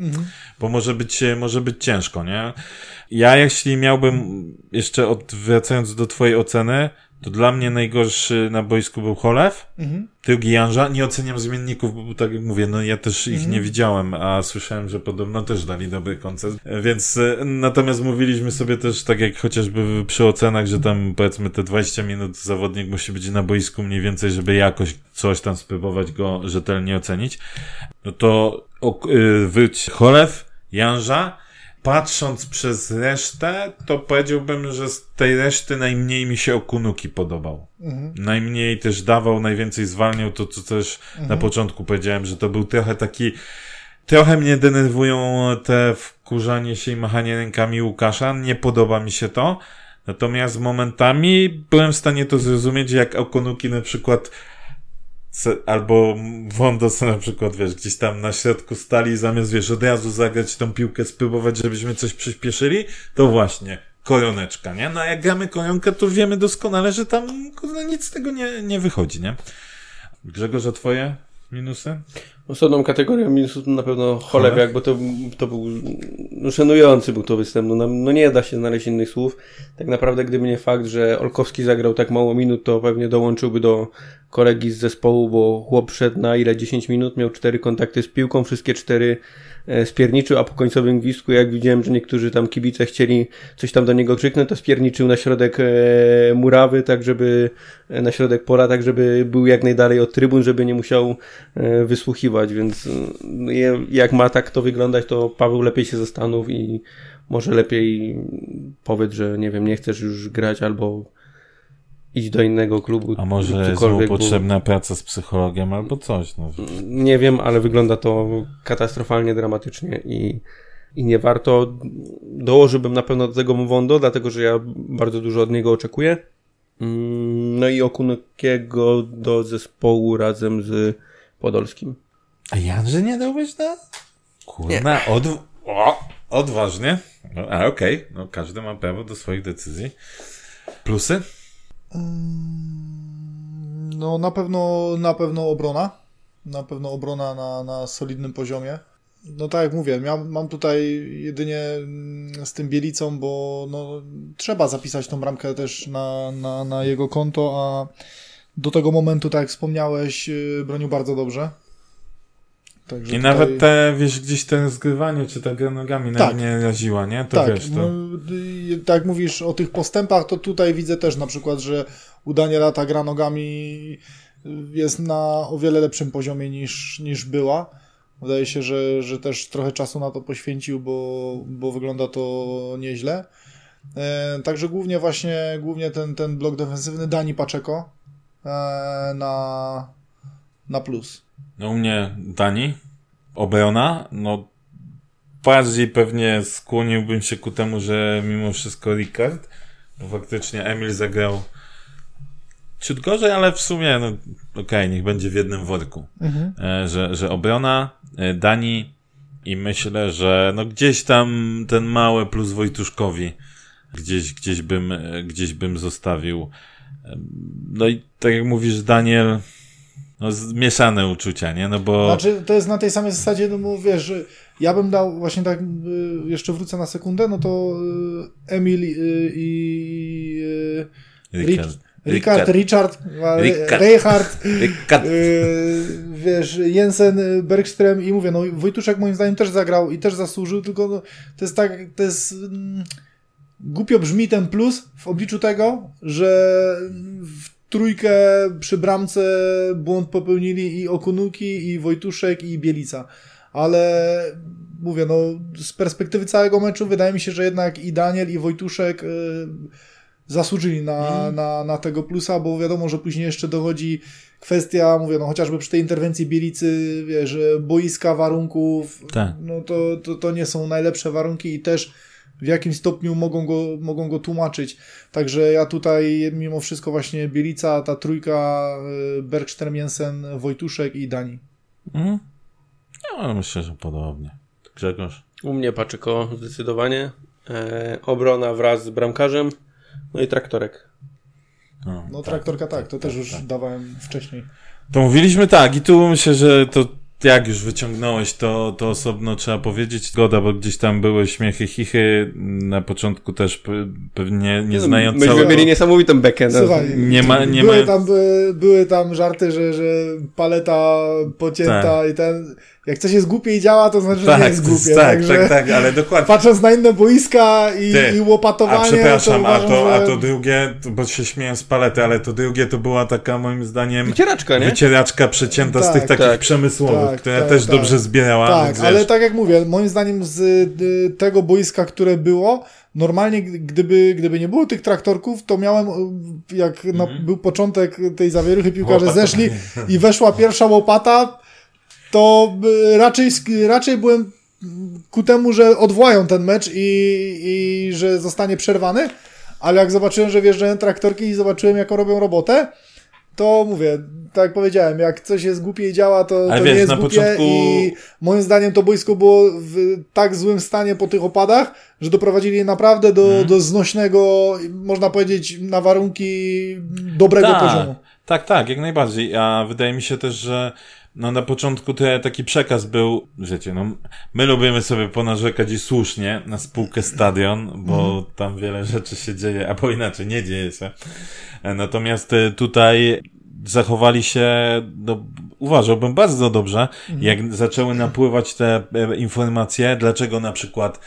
może być ciężko, nie? Ja, jeśli miałbym jeszcze wracając do twojej oceny, to dla mnie najgorszy na boisku był Cholew, drugi Janża. Nie oceniam zmienników, bo tak jak mówię, ja też ich nie widziałem, a słyszałem, że podobno też dali dobry koncert. Więc natomiast mówiliśmy sobie też, tak jak chociażby przy ocenach, że tam powiedzmy te 20 minut zawodnik musi być na boisku mniej więcej, żeby jakoś coś tam spróbować go rzetelnie ocenić. No to Cholew, Janża. Patrząc przez resztę, to powiedziałbym, że z tej reszty najmniej mi się Okunuki podobał. Najmniej też dawał, najwięcej zwalniał, to co też na początku powiedziałem, że to był trochę mnie denerwują te wkurzanie się i machanie rękami Łukasza, nie podoba mi się to, natomiast momentami byłem w stanie to zrozumieć, jak Okunuki na przykład albo Wondos na przykład, wiesz, gdzieś tam na środku stali, zamiast, wiesz, od razu zagrać tą piłkę, spróbować, żebyśmy coś przyspieszyli, to właśnie koroneczka, nie? No a jak gramy koronkę, to wiemy doskonale, że tam nic z tego nie wychodzi, nie? Grzegorz, a twoje minusy? Osobną kategorią minusów na pewno Cholewiak, bo to był szanujący był to występ. Nie da się znaleźć innych słów. Tak naprawdę, gdyby nie fakt, że Olkowski zagrał tak mało minut, to pewnie dołączyłby do kolegi z zespołu, bo chłop szedł na 10 minut, miał 4 kontakty z piłką, wszystkie 4 spierniczył, a po końcowym gwizdku, jak widziałem, że niektórzy tam kibice chcieli coś tam do niego krzyknąć, to spierniczył na środek murawy, tak żeby na środek pola, tak żeby był jak najdalej od trybun, żeby nie musiał wysłuchiwać, więc jak ma tak to wyglądać, to Paweł lepiej się zastanów i może lepiej powiedz, że nie wiem, nie chcesz już grać albo iść do innego klubu. A może jest mu potrzebna praca z psychologiem albo coś. No. Nie wiem, ale wygląda to katastrofalnie dramatycznie i nie warto. Dołożyłbym na pewno do tego Wondo, dlatego że ja bardzo dużo od niego oczekuję. No i Okunukiego do zespołu razem z Podolskim. A Janży nie dałbyś na? Kurna, odważnie. No, okej. No, każdy ma prawo do swoich decyzji. Plusy? No na pewno obrona. Na pewno obrona na solidnym poziomie. No tak jak mówię, mam tutaj jedynie z tym Bielicą, bo trzeba zapisać tą bramkę też na jego konto, a do tego momentu, tak jak wspomniałeś, bronił bardzo dobrze. Także I tutaj... nawet te, wiesz, gdzieś ten zgrywanie, czy ta gra nogami Tak. nie raziła, nie? To tak, wiesz, to... tak jak mówisz o tych postępach, to tutaj widzę też na przykład, że u Daniela ta gra nogami jest na o wiele lepszym poziomie niż była. Wydaje się, że też trochę czasu na to poświęcił, bo wygląda to nieźle. Także głównie ten blok defensywny Dani Pacheco na plus. No u mnie Dani, obrona, no bardziej pewnie skłoniłbym się ku temu, że mimo wszystko Ricard, bo faktycznie Emil zagrał ciut gorzej, ale w sumie no okej, niech będzie w jednym worku. Że obrona, Dani i myślę, że no gdzieś tam ten mały plus Wojtuszkowi gdzieś bym zostawił. No i tak jak mówisz, Daniel, no mieszane uczucia, nie? No bo... Znaczy, to jest na tej samej zasadzie, no bo wiesz, ja bym dał właśnie tak, jeszcze wrócę na sekundę, no to Emil i Richard, wiesz, Jensen, Bergström i mówię, no Wojtuszek moim zdaniem też zagrał i też zasłużył, tylko no, to jest głupio brzmi ten plus w obliczu tego, że w trójkę przy bramce błąd popełnili i Okunuki, i Wojtuszek, i Bielica. Ale mówię, no z perspektywy całego meczu wydaje mi się, że jednak i Daniel, i Wojtuszek zasłużyli na tego plusa, bo wiadomo, że później jeszcze dochodzi kwestia, mówię, no chociażby przy tej interwencji Bielicy, wiesz, boiska, warunków, tak. No to nie są najlepsze warunki i też w jakim stopniu mogą go tłumaczyć. Także ja tutaj mimo wszystko właśnie Bielica, ta trójka Bergström, Jensen, Wojtuszek i Dani. No myślę, że podobnie. Grzegorz? U mnie Pacheco zdecydowanie. Obrona wraz z bramkarzem. No i Traktorek. No traktorka tak, to też już dawałem wcześniej. To mówiliśmy tak i tu myślę, że to jak już wyciągnąłeś, to osobno trzeba powiedzieć. Zgoda, bo gdzieś tam były śmiechy, chichy. Na początku też pewnie nie znając Myśmy całego... mieli niesamowitą bekę. No. Słuchaj, były tam żarty, że paleta pocięta i ten... Jak coś jest głupie i działa, to znaczy, że nie jest głupie. Tak, ale dokładnie. Patrząc na inne boiska i łopatowanie... A przepraszam, to uważam, a to drugie, bo się śmieję z palety, ale to drugie to była taka moim zdaniem... Wycieraczka, nie? Wycieraczka przecięta z tych takich przemysłowych, która też dobrze zbierała. Tak, więc ale tak jak mówię, moim zdaniem z tego boiska, które było, normalnie gdyby nie było tych traktorków, to miałem, jak był początek tej zawieruchy, piłkarze zeszli i weszła pierwsza łopata, to raczej byłem ku temu, że odwołają ten mecz i że zostanie przerwany, ale jak zobaczyłem, że wjeżdżają traktorki i zobaczyłem, jaką robią robotę, to mówię, tak jak powiedziałem, jak coś jest głupie i działa, to nie jest głupie początku... i moim zdaniem to boisko było w tak złym stanie po tych opadach, że doprowadzili je naprawdę do znośnego, można powiedzieć, na warunki dobrego poziomu. Tak, jak najbardziej. A wydaje mi się też, że no na początku taki przekaz był, wiecie, no my lubimy sobie ponarzekać i słusznie na spółkę Stadion, bo tam wiele rzeczy się dzieje, albo inaczej, nie dzieje się. Natomiast tutaj zachowali się, no, uważałbym bardzo dobrze, jak zaczęły napływać te informacje, dlaczego na przykład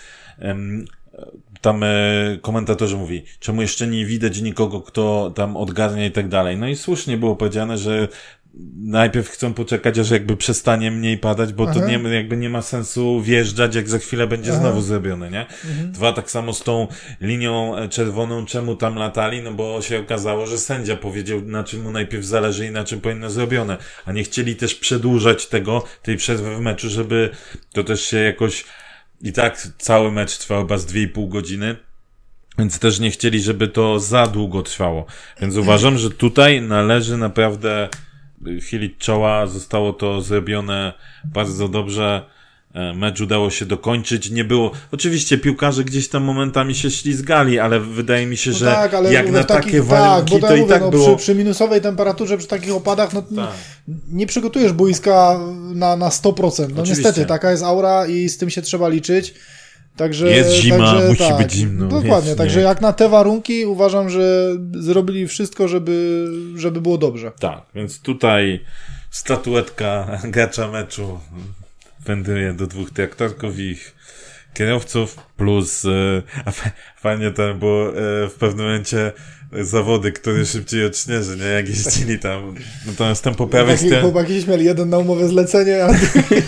tam komentatorzy mówi, czemu jeszcze nie widać nikogo, kto tam odgarnia i tak dalej. No i słusznie było powiedziane, że najpierw chcą poczekać, aż jakby przestanie mniej padać, bo to nie ma sensu wjeżdżać, jak za chwilę będzie znowu zrobione, nie? Dwa, tak samo z tą linią czerwoną, czemu tam latali, no bo się okazało, że sędzia powiedział, na czym mu najpierw zależy i na czym powinno zrobione, a nie chcieli też przedłużać tej przerwy w meczu, żeby to też się jakoś i tak cały mecz trwał chyba z 2,5 godziny, więc też nie chcieli, żeby to za długo trwało. Więc uważam, że tutaj należy naprawdę chylić czoła, zostało to zrobione bardzo dobrze, mecz udało się dokończyć, nie było, oczywiście piłkarze gdzieś tam momentami się ślizgali, ale wydaje mi się, że jak na takie warunki to i tak było... Przy minusowej temperaturze, przy takich opadach, nie przygotujesz boiska na 100%, no oczywiście. Niestety, taka jest aura i z tym się trzeba liczyć. Także, jest zima, musi być zimno. Dokładnie, także jak na te warunki uważam, że zrobili wszystko, żeby było dobrze. Tak, więc tutaj statuetka gracza meczu suspenduje do 2 traktorków i ich kierowców, plus fajnie tam było w pewnym momencie zawody, które szybciej od śnieży, nie? Jak jeździli tam. Natomiast tam po prawej stronie... Chłopaki się śmiali, jeden na umowę zlecenie, a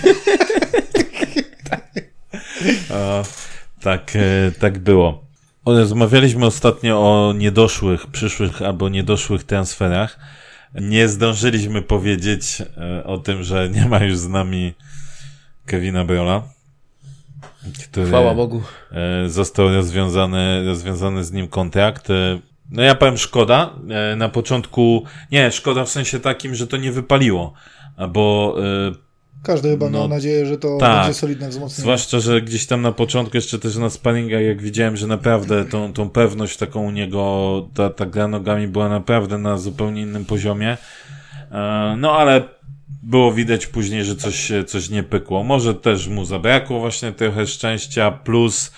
tak było. Rozmawialiśmy ostatnio o przyszłych albo niedoszłych transferach. Nie zdążyliśmy powiedzieć o tym, że nie ma już z nami Kevina Brola, który chwała Bogu. Został rozwiązany z nim kontrakt. No ja powiem szkoda. Na początku, szkoda w sensie takim, że to nie wypaliło, bo każdy chyba miał nadzieję, że to będzie solidne wzmocnienie. Zwłaszcza, że gdzieś tam na początku, jeszcze też na sparingach, jak widziałem, że naprawdę tą pewność taką u niego, ta gra nogami była naprawdę na zupełnie innym poziomie. No ale było widać później, że coś nie pykło. Może też mu zabrakło właśnie trochę szczęścia, plus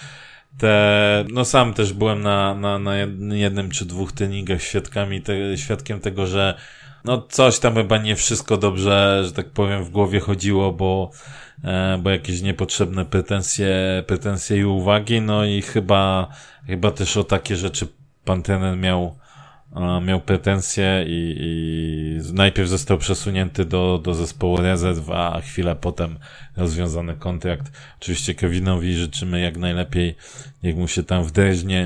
sam też byłem na jednym czy 2 treningach świadkiem tego, że coś tam chyba nie wszystko dobrze, że tak powiem, w głowie chodziło, bo jakieś niepotrzebne pretensje i uwagi, no i chyba też o takie rzeczy pan trener miał pretensje i najpierw został przesunięty do zespołu rezerw, a chwilę potem rozwiązany kontrakt. Oczywiście Kevinowi życzymy jak najlepiej, niech mu się tam wdręźnie,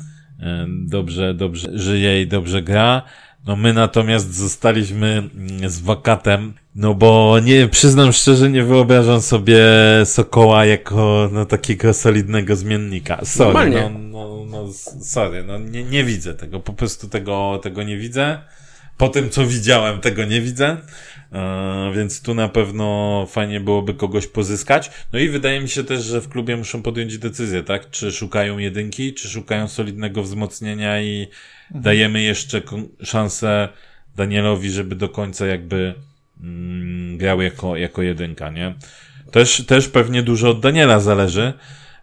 dobrze żyje i dobrze gra. No my natomiast zostaliśmy z wakatem, bo przyznam szczerze, nie wyobrażam sobie Sokoła jako takiego solidnego zmiennika. Sorry, sorry, nie widzę tego, po prostu tego nie widzę. Po tym, co widziałem, tego nie widzę, więc tu na pewno fajnie byłoby kogoś pozyskać. No i wydaje mi się też, że w klubie muszą podjąć decyzję, tak? Czy szukają jedynki, czy szukają solidnego wzmocnienia i dajemy jeszcze szansę Danielowi, żeby do końca jakby grał jako jedynka, nie? Też pewnie dużo od Daniela zależy.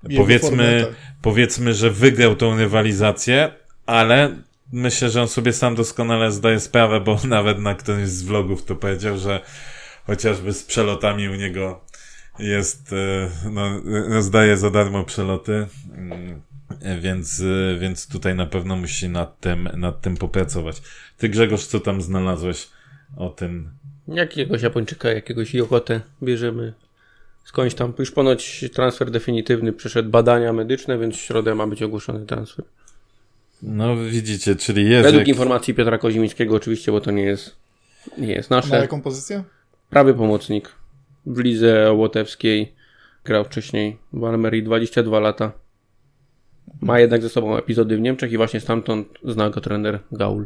Powiedzmy, że wygrał tą rywalizację, ale myślę, że on sobie sam doskonale zdaje sprawę, bo nawet na którymś z vlogów to powiedział, że chociażby z przelotami u niego jest, rozdaje za darmo przeloty, więc tutaj na pewno musi nad tym popracować. Ty, Grzegorz, co tam znalazłeś o tym? Jakiegoś Japończyka, jakiegoś Jokotę bierzemy skądś tam. Już ponoć transfer definitywny przeszedł badania medyczne, więc w środę ma być ogłoszony transfer. No widzicie, czyli jest... Według informacji Piotra Kozimińskiego oczywiście, bo to nie jest nasze. Na jaką pozycję? Prawy pomocnik. W lidze łotewskiej grał wcześniej w Almerii 22 lata. Ma jednak ze sobą epizody w Niemczech i właśnie stamtąd zna go trener Gaul.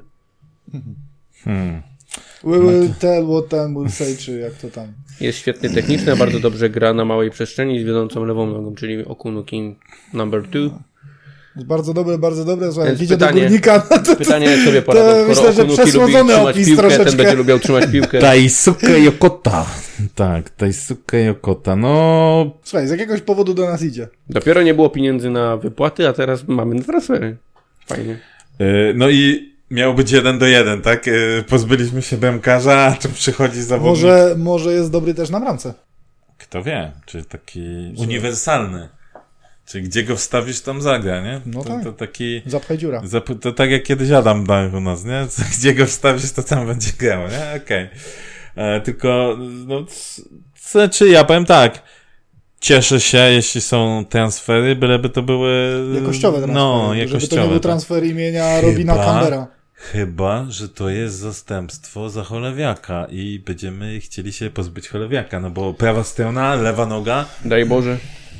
We will tell what time will say, czy jak to tam. Jest świetny techniczny, bardzo dobrze gra na małej przestrzeni z wiodącą lewą nogą, czyli Okunu King number 2. Bardzo dobre. Słuchaj, idzie do Górnika. Pytanie, jak sobie poradzą, myślę, że przesłodzony opis piłkę, troszeczkę. ten będzie lubiał trzymać piłkę. Daisuke Yokota. Tak, Daisuke Yokota. Słuchaj, z jakiegoś powodu do nas idzie. Dopiero nie było pieniędzy na wypłaty, a teraz mamy transfery. Fajnie. No i miał być 1-1, tak? Pozbyliśmy się bramkarza, a tu przychodzi zawodnik. Może jest dobry też na bramce. Kto wie, czy taki uniwersalny. Czyli gdzie go wstawisz, tam zagra, nie? Tak. To taki... Zapchaj dziura. To tak jak kiedyś Adam dał u nas, nie? Gdzie go wstawisz, to tam będzie grał, nie? Okej. Tylko, czy ja powiem tak, cieszę się, jeśli są transfery, byleby to były... Jakościowe transfery. Jakościowe. Żeby to nie był transfer imienia Robina Cambera. Chyba, że to jest zastępstwo za Cholewiaka i będziemy chcieli się pozbyć Cholewiaka, bo prawa strona, lewa noga... Daj Boże.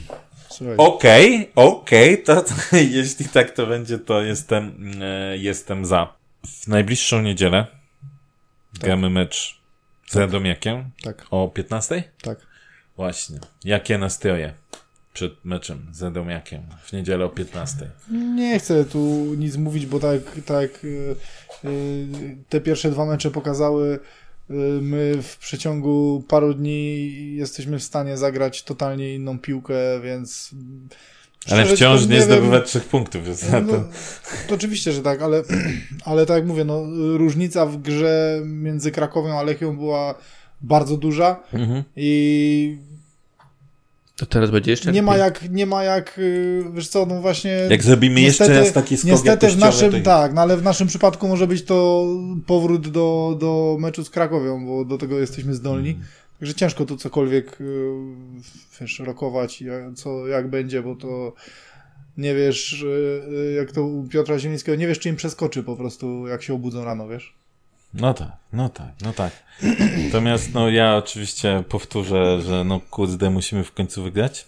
Okej, to jeśli tak to będzie, to jestem za. W najbliższą niedzielę gramy mecz z Radomiakiem o 15:00? Tak. Właśnie. Jakie nastroje przed meczem z Radomiakiem w niedzielę o 15:00? Nie chcę tu nic mówić, bo te pierwsze 2 mecze pokazały, my w przeciągu paru dni jesteśmy w stanie zagrać totalnie inną piłkę, więc... Ale wciąż nie zdobywać 3 punktów. To oczywiście, że tak, ale tak jak mówię, różnica w grze między Krakowią a Lechią była bardzo duża i To teraz będzie jeszcze nie ma jak, wiesz co, no właśnie... Jak zrobimy niestety, jeszcze raz taki skok niestety w naszym, to... tak, no ale w naszym przypadku może być to powrót do meczu z Krakowią, bo do tego jesteśmy zdolni. Także ciężko tu cokolwiek, wiesz, rokować, jak będzie, bo to nie wiesz, jak to u Piotra Zielińskiego, nie wiesz, czy im przeskoczy po prostu, jak się obudzą rano, wiesz? No tak. Natomiast no ja oczywiście powtórzę, że no kurde, musimy w końcu wygrać,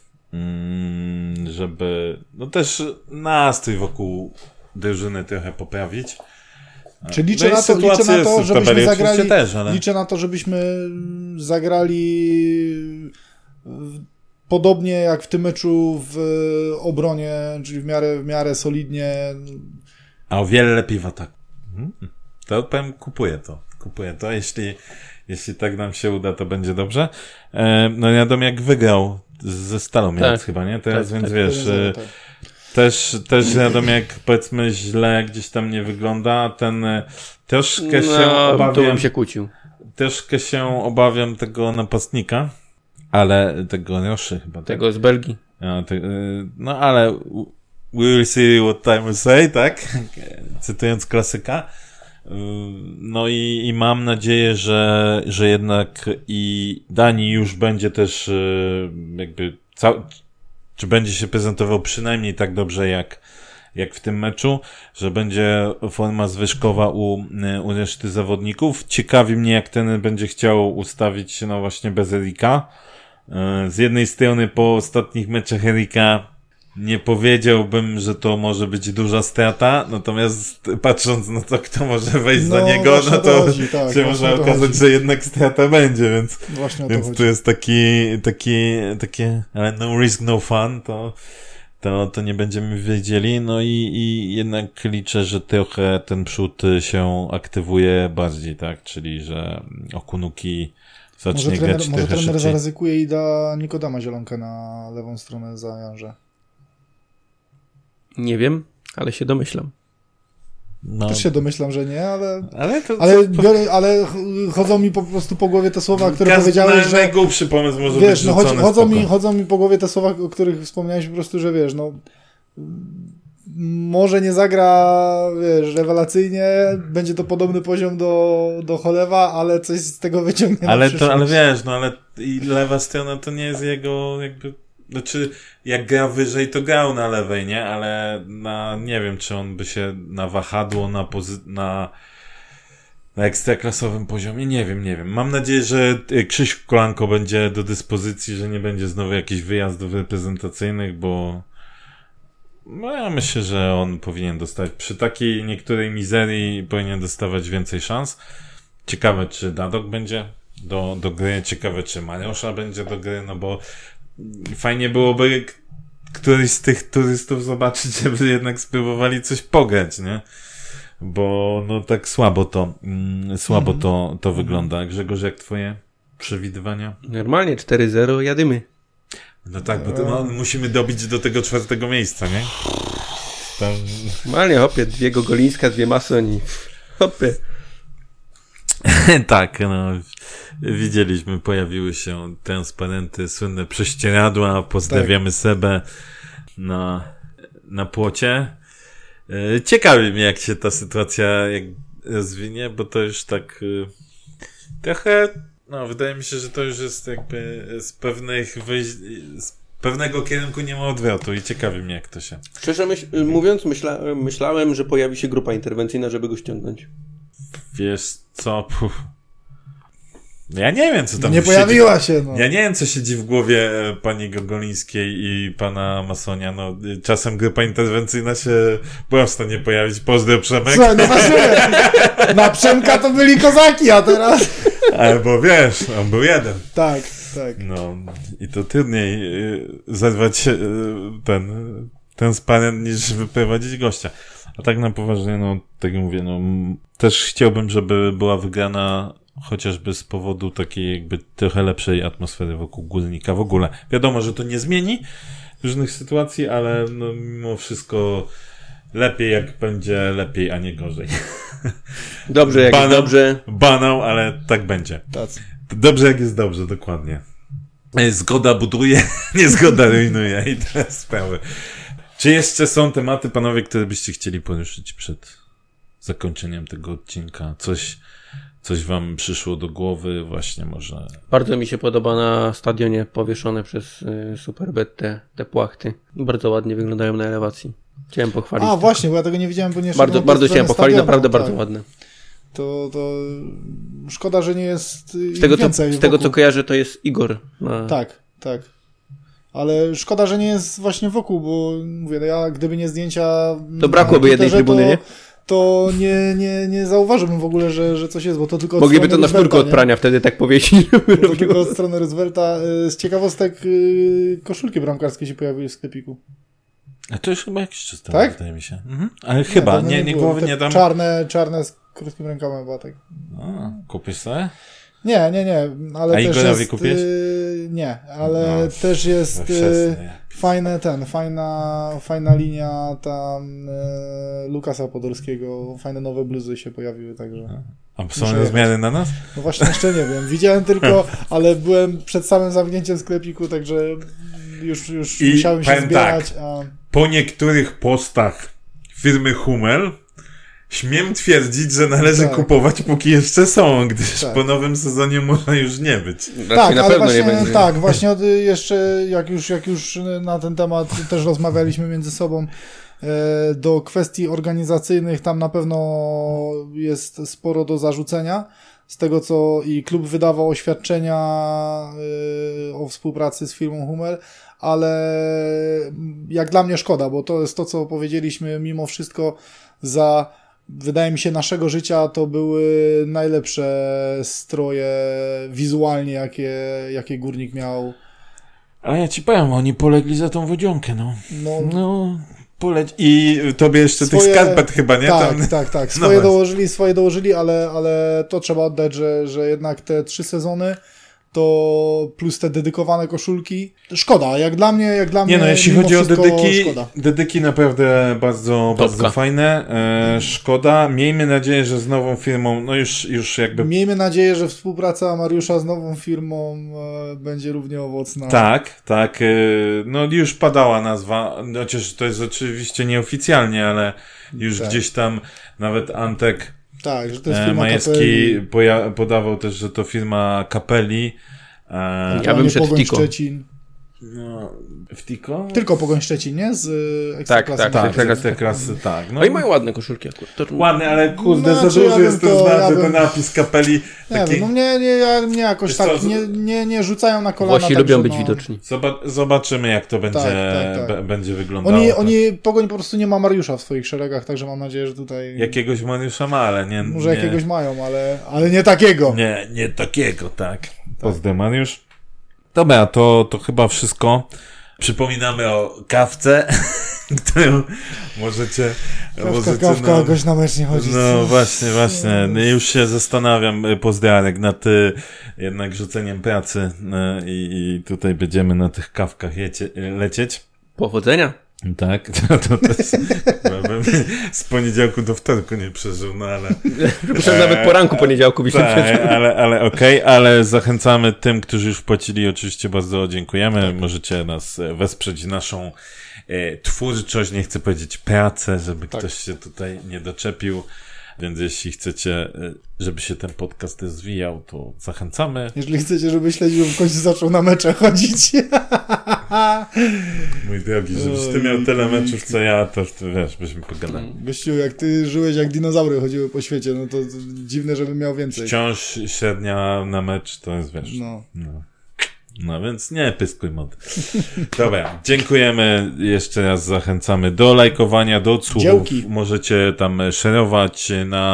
żeby no też nastrój wokół drużyny trochę poprawić. Czy liczę na to, żebyśmy zagrali, też, ale... liczę na to, żebyśmy zagrali podobnie jak w tym meczu w obronie, czyli w miarę solidnie. A o wiele lepiej w ataku. To powiem, kupuję to. Jeśli tak nam się uda, to będzie dobrze. No Radomiak wygrał ze Stalą Mielec chyba, nie? Teraz, więc wiesz... Też Radomiak, powiedzmy, źle gdzieś tam nie wygląda. Troszkę się obawiam... To bym się kłócił. Troszkę się obawiam tego napastnika, ale tego Roszy chyba. Tego z Belgii. No ale we will see what time will say, tak? Cytując klasyka. No i mam nadzieję, że jednak i Dani już będzie też jakby czy będzie się prezentował przynajmniej tak dobrze jak w tym meczu, że będzie forma zwyżkowa u reszty zawodników. Ciekawi mnie, jak ten będzie chciał ustawić się no właśnie bez Erika. Z jednej strony po ostatnich meczach Erika nie powiedziałbym, że to może być duża strata, natomiast patrząc na to, kto może wejść za niego, no to chodzi, tak, się może okazać, że jednak strata będzie, więc tu jest takie, ale no risk, no fun, to nie będziemy wiedzieli, no i jednak liczę, że trochę ten przód się aktywuje bardziej, tak, czyli że Okunuki zacznie grać trochę Może trener szybciej. zaryzykuje i da Nikodema Zielonkę na lewą stronę za Janże. Nie wiem, ale się domyślam. No. Też się domyślam, że nie, ale chodzą mi po prostu po głowie te słowa, które powiedziałeś, że... Najgłupszy pomysł może wiesz, być rzucony chodzą mi po głowie te słowa, o których wspomniałeś po prostu, że wiesz, no może nie zagra, wiesz, rewelacyjnie, będzie to podobny poziom do Cholewa, ale coś z tego wyciągnie ale wiesz, no ale i lewa strona to nie jest jego jakby... Znaczy, jak gra wyżej, to grał na lewej, nie? Ale nie wiem, czy on by się na wahadło, na ekstraklasowym poziomie, nie wiem. Mam nadzieję, że Krzyś Kolanko będzie do dyspozycji, że nie będzie znowu jakichś wyjazdów reprezentacyjnych, bo no ja myślę, że on powinien dostać, przy takiej niektórej mizerii powinien dostawać więcej szans. Ciekawe, czy Dadok będzie do gry, ciekawe, czy Mariosza będzie do gry, no bo fajnie byłoby któryś z tych turystów zobaczyć, żeby jednak spróbowali coś pograć, nie? Bo no tak słabo to wygląda. Grzegorz, jak twoje przewidywania? Normalnie 4-0 jadymy. No tak, bo musimy dobić do tego 4. miejsca, nie? Tam... Normalnie, hopie, 2 Gogolińska, 2 Masoni. Hopie. Tak, no widzieliśmy, pojawiły się transparenty, słynne prześcieradła, pozdrawiamy Sebę na płocie. Ciekawi mnie, jak się ta sytuacja rozwinie, bo to już tak trochę, no wydaje mi się, że to już jest jakby z pewnego kierunku nie ma odwrotu i ciekawi mnie, jak to się... Szczerze mówiąc, myślałem, że pojawi się grupa interwencyjna, żeby go ściągnąć. Wiesz co? Ja nie wiem, co tam nie pojawiła się, no. Ja nie wiem, co siedzi w głowie pani Gogolińskiej i pana Masonia. No, czasem grupa interwencyjna się była w stanie pojawić. Pozdro, Przemek. Słuchaj, no na Przemka to byli kozaki, a teraz... Albo wiesz, on był jeden. Tak. No, i to trudniej zerwać transparent niż wyprowadzić gościa. A tak na poważnie, no, tak jak mówię, no, też chciałbym, żeby była wygrana chociażby z powodu takiej jakby trochę lepszej atmosfery wokół Górnika w ogóle. Wiadomo, że to nie zmieni różnych sytuacji, ale no, mimo wszystko lepiej jak będzie lepiej, a nie gorzej. Dobrze jak jest dobrze. Banał, ale tak będzie. Tacy. Dobrze jak jest dobrze, dokładnie. Zgoda buduje, niezgoda rujnuje i te sprawy. Czy jeszcze są tematy, panowie, które byście chcieli poruszyć przed zakończeniem tego odcinka? Coś wam przyszło do głowy? Właśnie może... Bardzo mi się podoba na stadionie powieszone przez Superbet te płachty. Bardzo ładnie wyglądają na elewacji. Chciałem pochwalić. Właśnie, bo ja tego nie widziałem, bo nie Bardzo chciałem pochwalić, naprawdę bardzo ładne. To szkoda, że nie jest z tego co kojarzę, to jest Igor. Tak. Ale szkoda, że nie jest właśnie wokół, bo mówię, ja gdyby nie zdjęcia... To brakłoby jednej trybuny, nie? To nie zauważyłbym w ogóle, że coś jest, bo to tylko... Mogliby to na sznurku od prania wtedy tak powiesić. To tylko od strony Roosevelta. Z ciekawostek koszulki bramkarskie się pojawiły w sklepiku. A to już chyba jakiś czas temu, tak? Wydaje mi się. Ale chyba, nie głowy nie dam. Czarne z krótkim rękawem chyba tak. Kupisz sobie? Nie, ale a też Igorowi jest... kupisz? Nie, ale też jest fajna linia tam Lukasa Podolskiego, fajne nowe bluzy się pojawiły, także... A są rozmiary na nas? No właśnie jeszcze nie wiem, widziałem tylko, ale byłem przed samym zamknięciem sklepiku, także już musiałem się zbierać. Tak, po niektórych postach firmy Hummel śmiem twierdzić, że należy kupować, póki jeszcze są, gdyż po nowym sezonie może już nie być. Tak, ale właśnie, właśnie jeszcze jak już na ten temat też rozmawialiśmy między sobą, do kwestii organizacyjnych tam na pewno jest sporo do zarzucenia. Z tego co i klub wydawał oświadczenia o współpracy z firmą Hummel, ale jak dla mnie szkoda, bo to jest to, co powiedzieliśmy, mimo wszystko wydaje mi się, naszego życia to były najlepsze stroje wizualnie, jakie Górnik miał. Ale ja ci powiem, oni polegli za tą wodzionkę, no. Poleć. I tobie jeszcze tych skarpet chyba, nie? Tak. Swoje dołożyli, ale to trzeba oddać, że jednak te 3 sezony to plus te dedykowane koszulki. Szkoda, jak dla mnie. Nie, no jeśli chodzi o dedyki naprawdę bardzo fajne. Szkoda. Miejmy nadzieję, że z nową firmą, no już jakby... Miejmy nadzieję, że współpraca Mariusza z nową firmą będzie równie owocna. Tak. No już padała nazwa, chociaż to jest oczywiście nieoficjalnie, ale już gdzieś tam nawet Antek że to jest firma Majewski podawał też, że to firma Kapeli. Ja bym szedł w Tiko. No, w Tiko? Tylko Pogoń Szczecin, nie? Z Ekstraklasy. Tak, klasy, tak. No i mają ładne koszulki akurat. Ładne, ale kurde, za dużo jest ten napis Kapeli. Mnie jakoś tak nie rzucają na kolana. Włosi lubią być widoczni. Zobaczymy, jak to będzie wyglądało. Pogoń po prostu nie ma Mariusza w swoich szeregach, także mam nadzieję, że tutaj... Jakiegoś Mariusza ma, ale nie... Może jakiegoś mają, ale nie takiego. Nie takiego, tak. Pozdro, Mariusz. Dobra, to chyba wszystko. Przypominamy o kawce, którą możecie... Kawka, jakoś na mecz nie chodzi. No właśnie. Już się zastanawiam, Pozdrarek, nad jednak rzuceniem pracy i tutaj będziemy na tych kawkach lecieć. Powodzenia. Tak, to jest, z poniedziałku do wtorku nie przeżył, no ale... Nawet poranku poniedziałku byśmy przeżył. Ale okej, ale zachęcamy tym, którzy już wpłacili, oczywiście bardzo dziękujemy. Możecie nas wesprzeć naszą twórczość, nie chcę powiedzieć pracę, żeby ktoś się tutaj nie doczepił. Więc jeśli chcecie, żeby się ten podcast rozwijał, to zachęcamy. Jeżeli chcecie, żeby śledził, w końcu zaczął na mecze chodzić. Mój drogi, żebyś ty miał tyle meczów, co ja, to wiesz, byśmy pogadali. Gościu, jak ty żyłeś, jak dinozaury chodziły po świecie, no to dziwne, żeby miał więcej. Wciąż średnia na mecz to jest, wiesz. No więc nie pyskuj mody. Dobra, dziękujemy. Jeszcze raz zachęcamy do lajkowania, do odsłuchów. Możecie tam szorować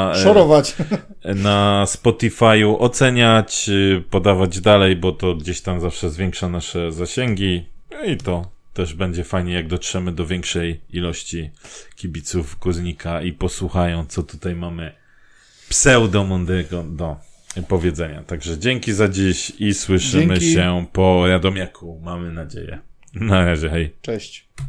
na Spotify'u, oceniać, podawać dalej, bo to gdzieś tam zawsze zwiększa nasze zasięgi. I to też będzie fajnie, jak dotrzemy do większej ilości kibiców Górnika i posłuchają, co tutaj mamy pseudo-mądrego do powiedzenia. Także dzięki za dziś i słyszymy się po Radomiaku. Mamy nadzieję. Na razie, hej. Cześć.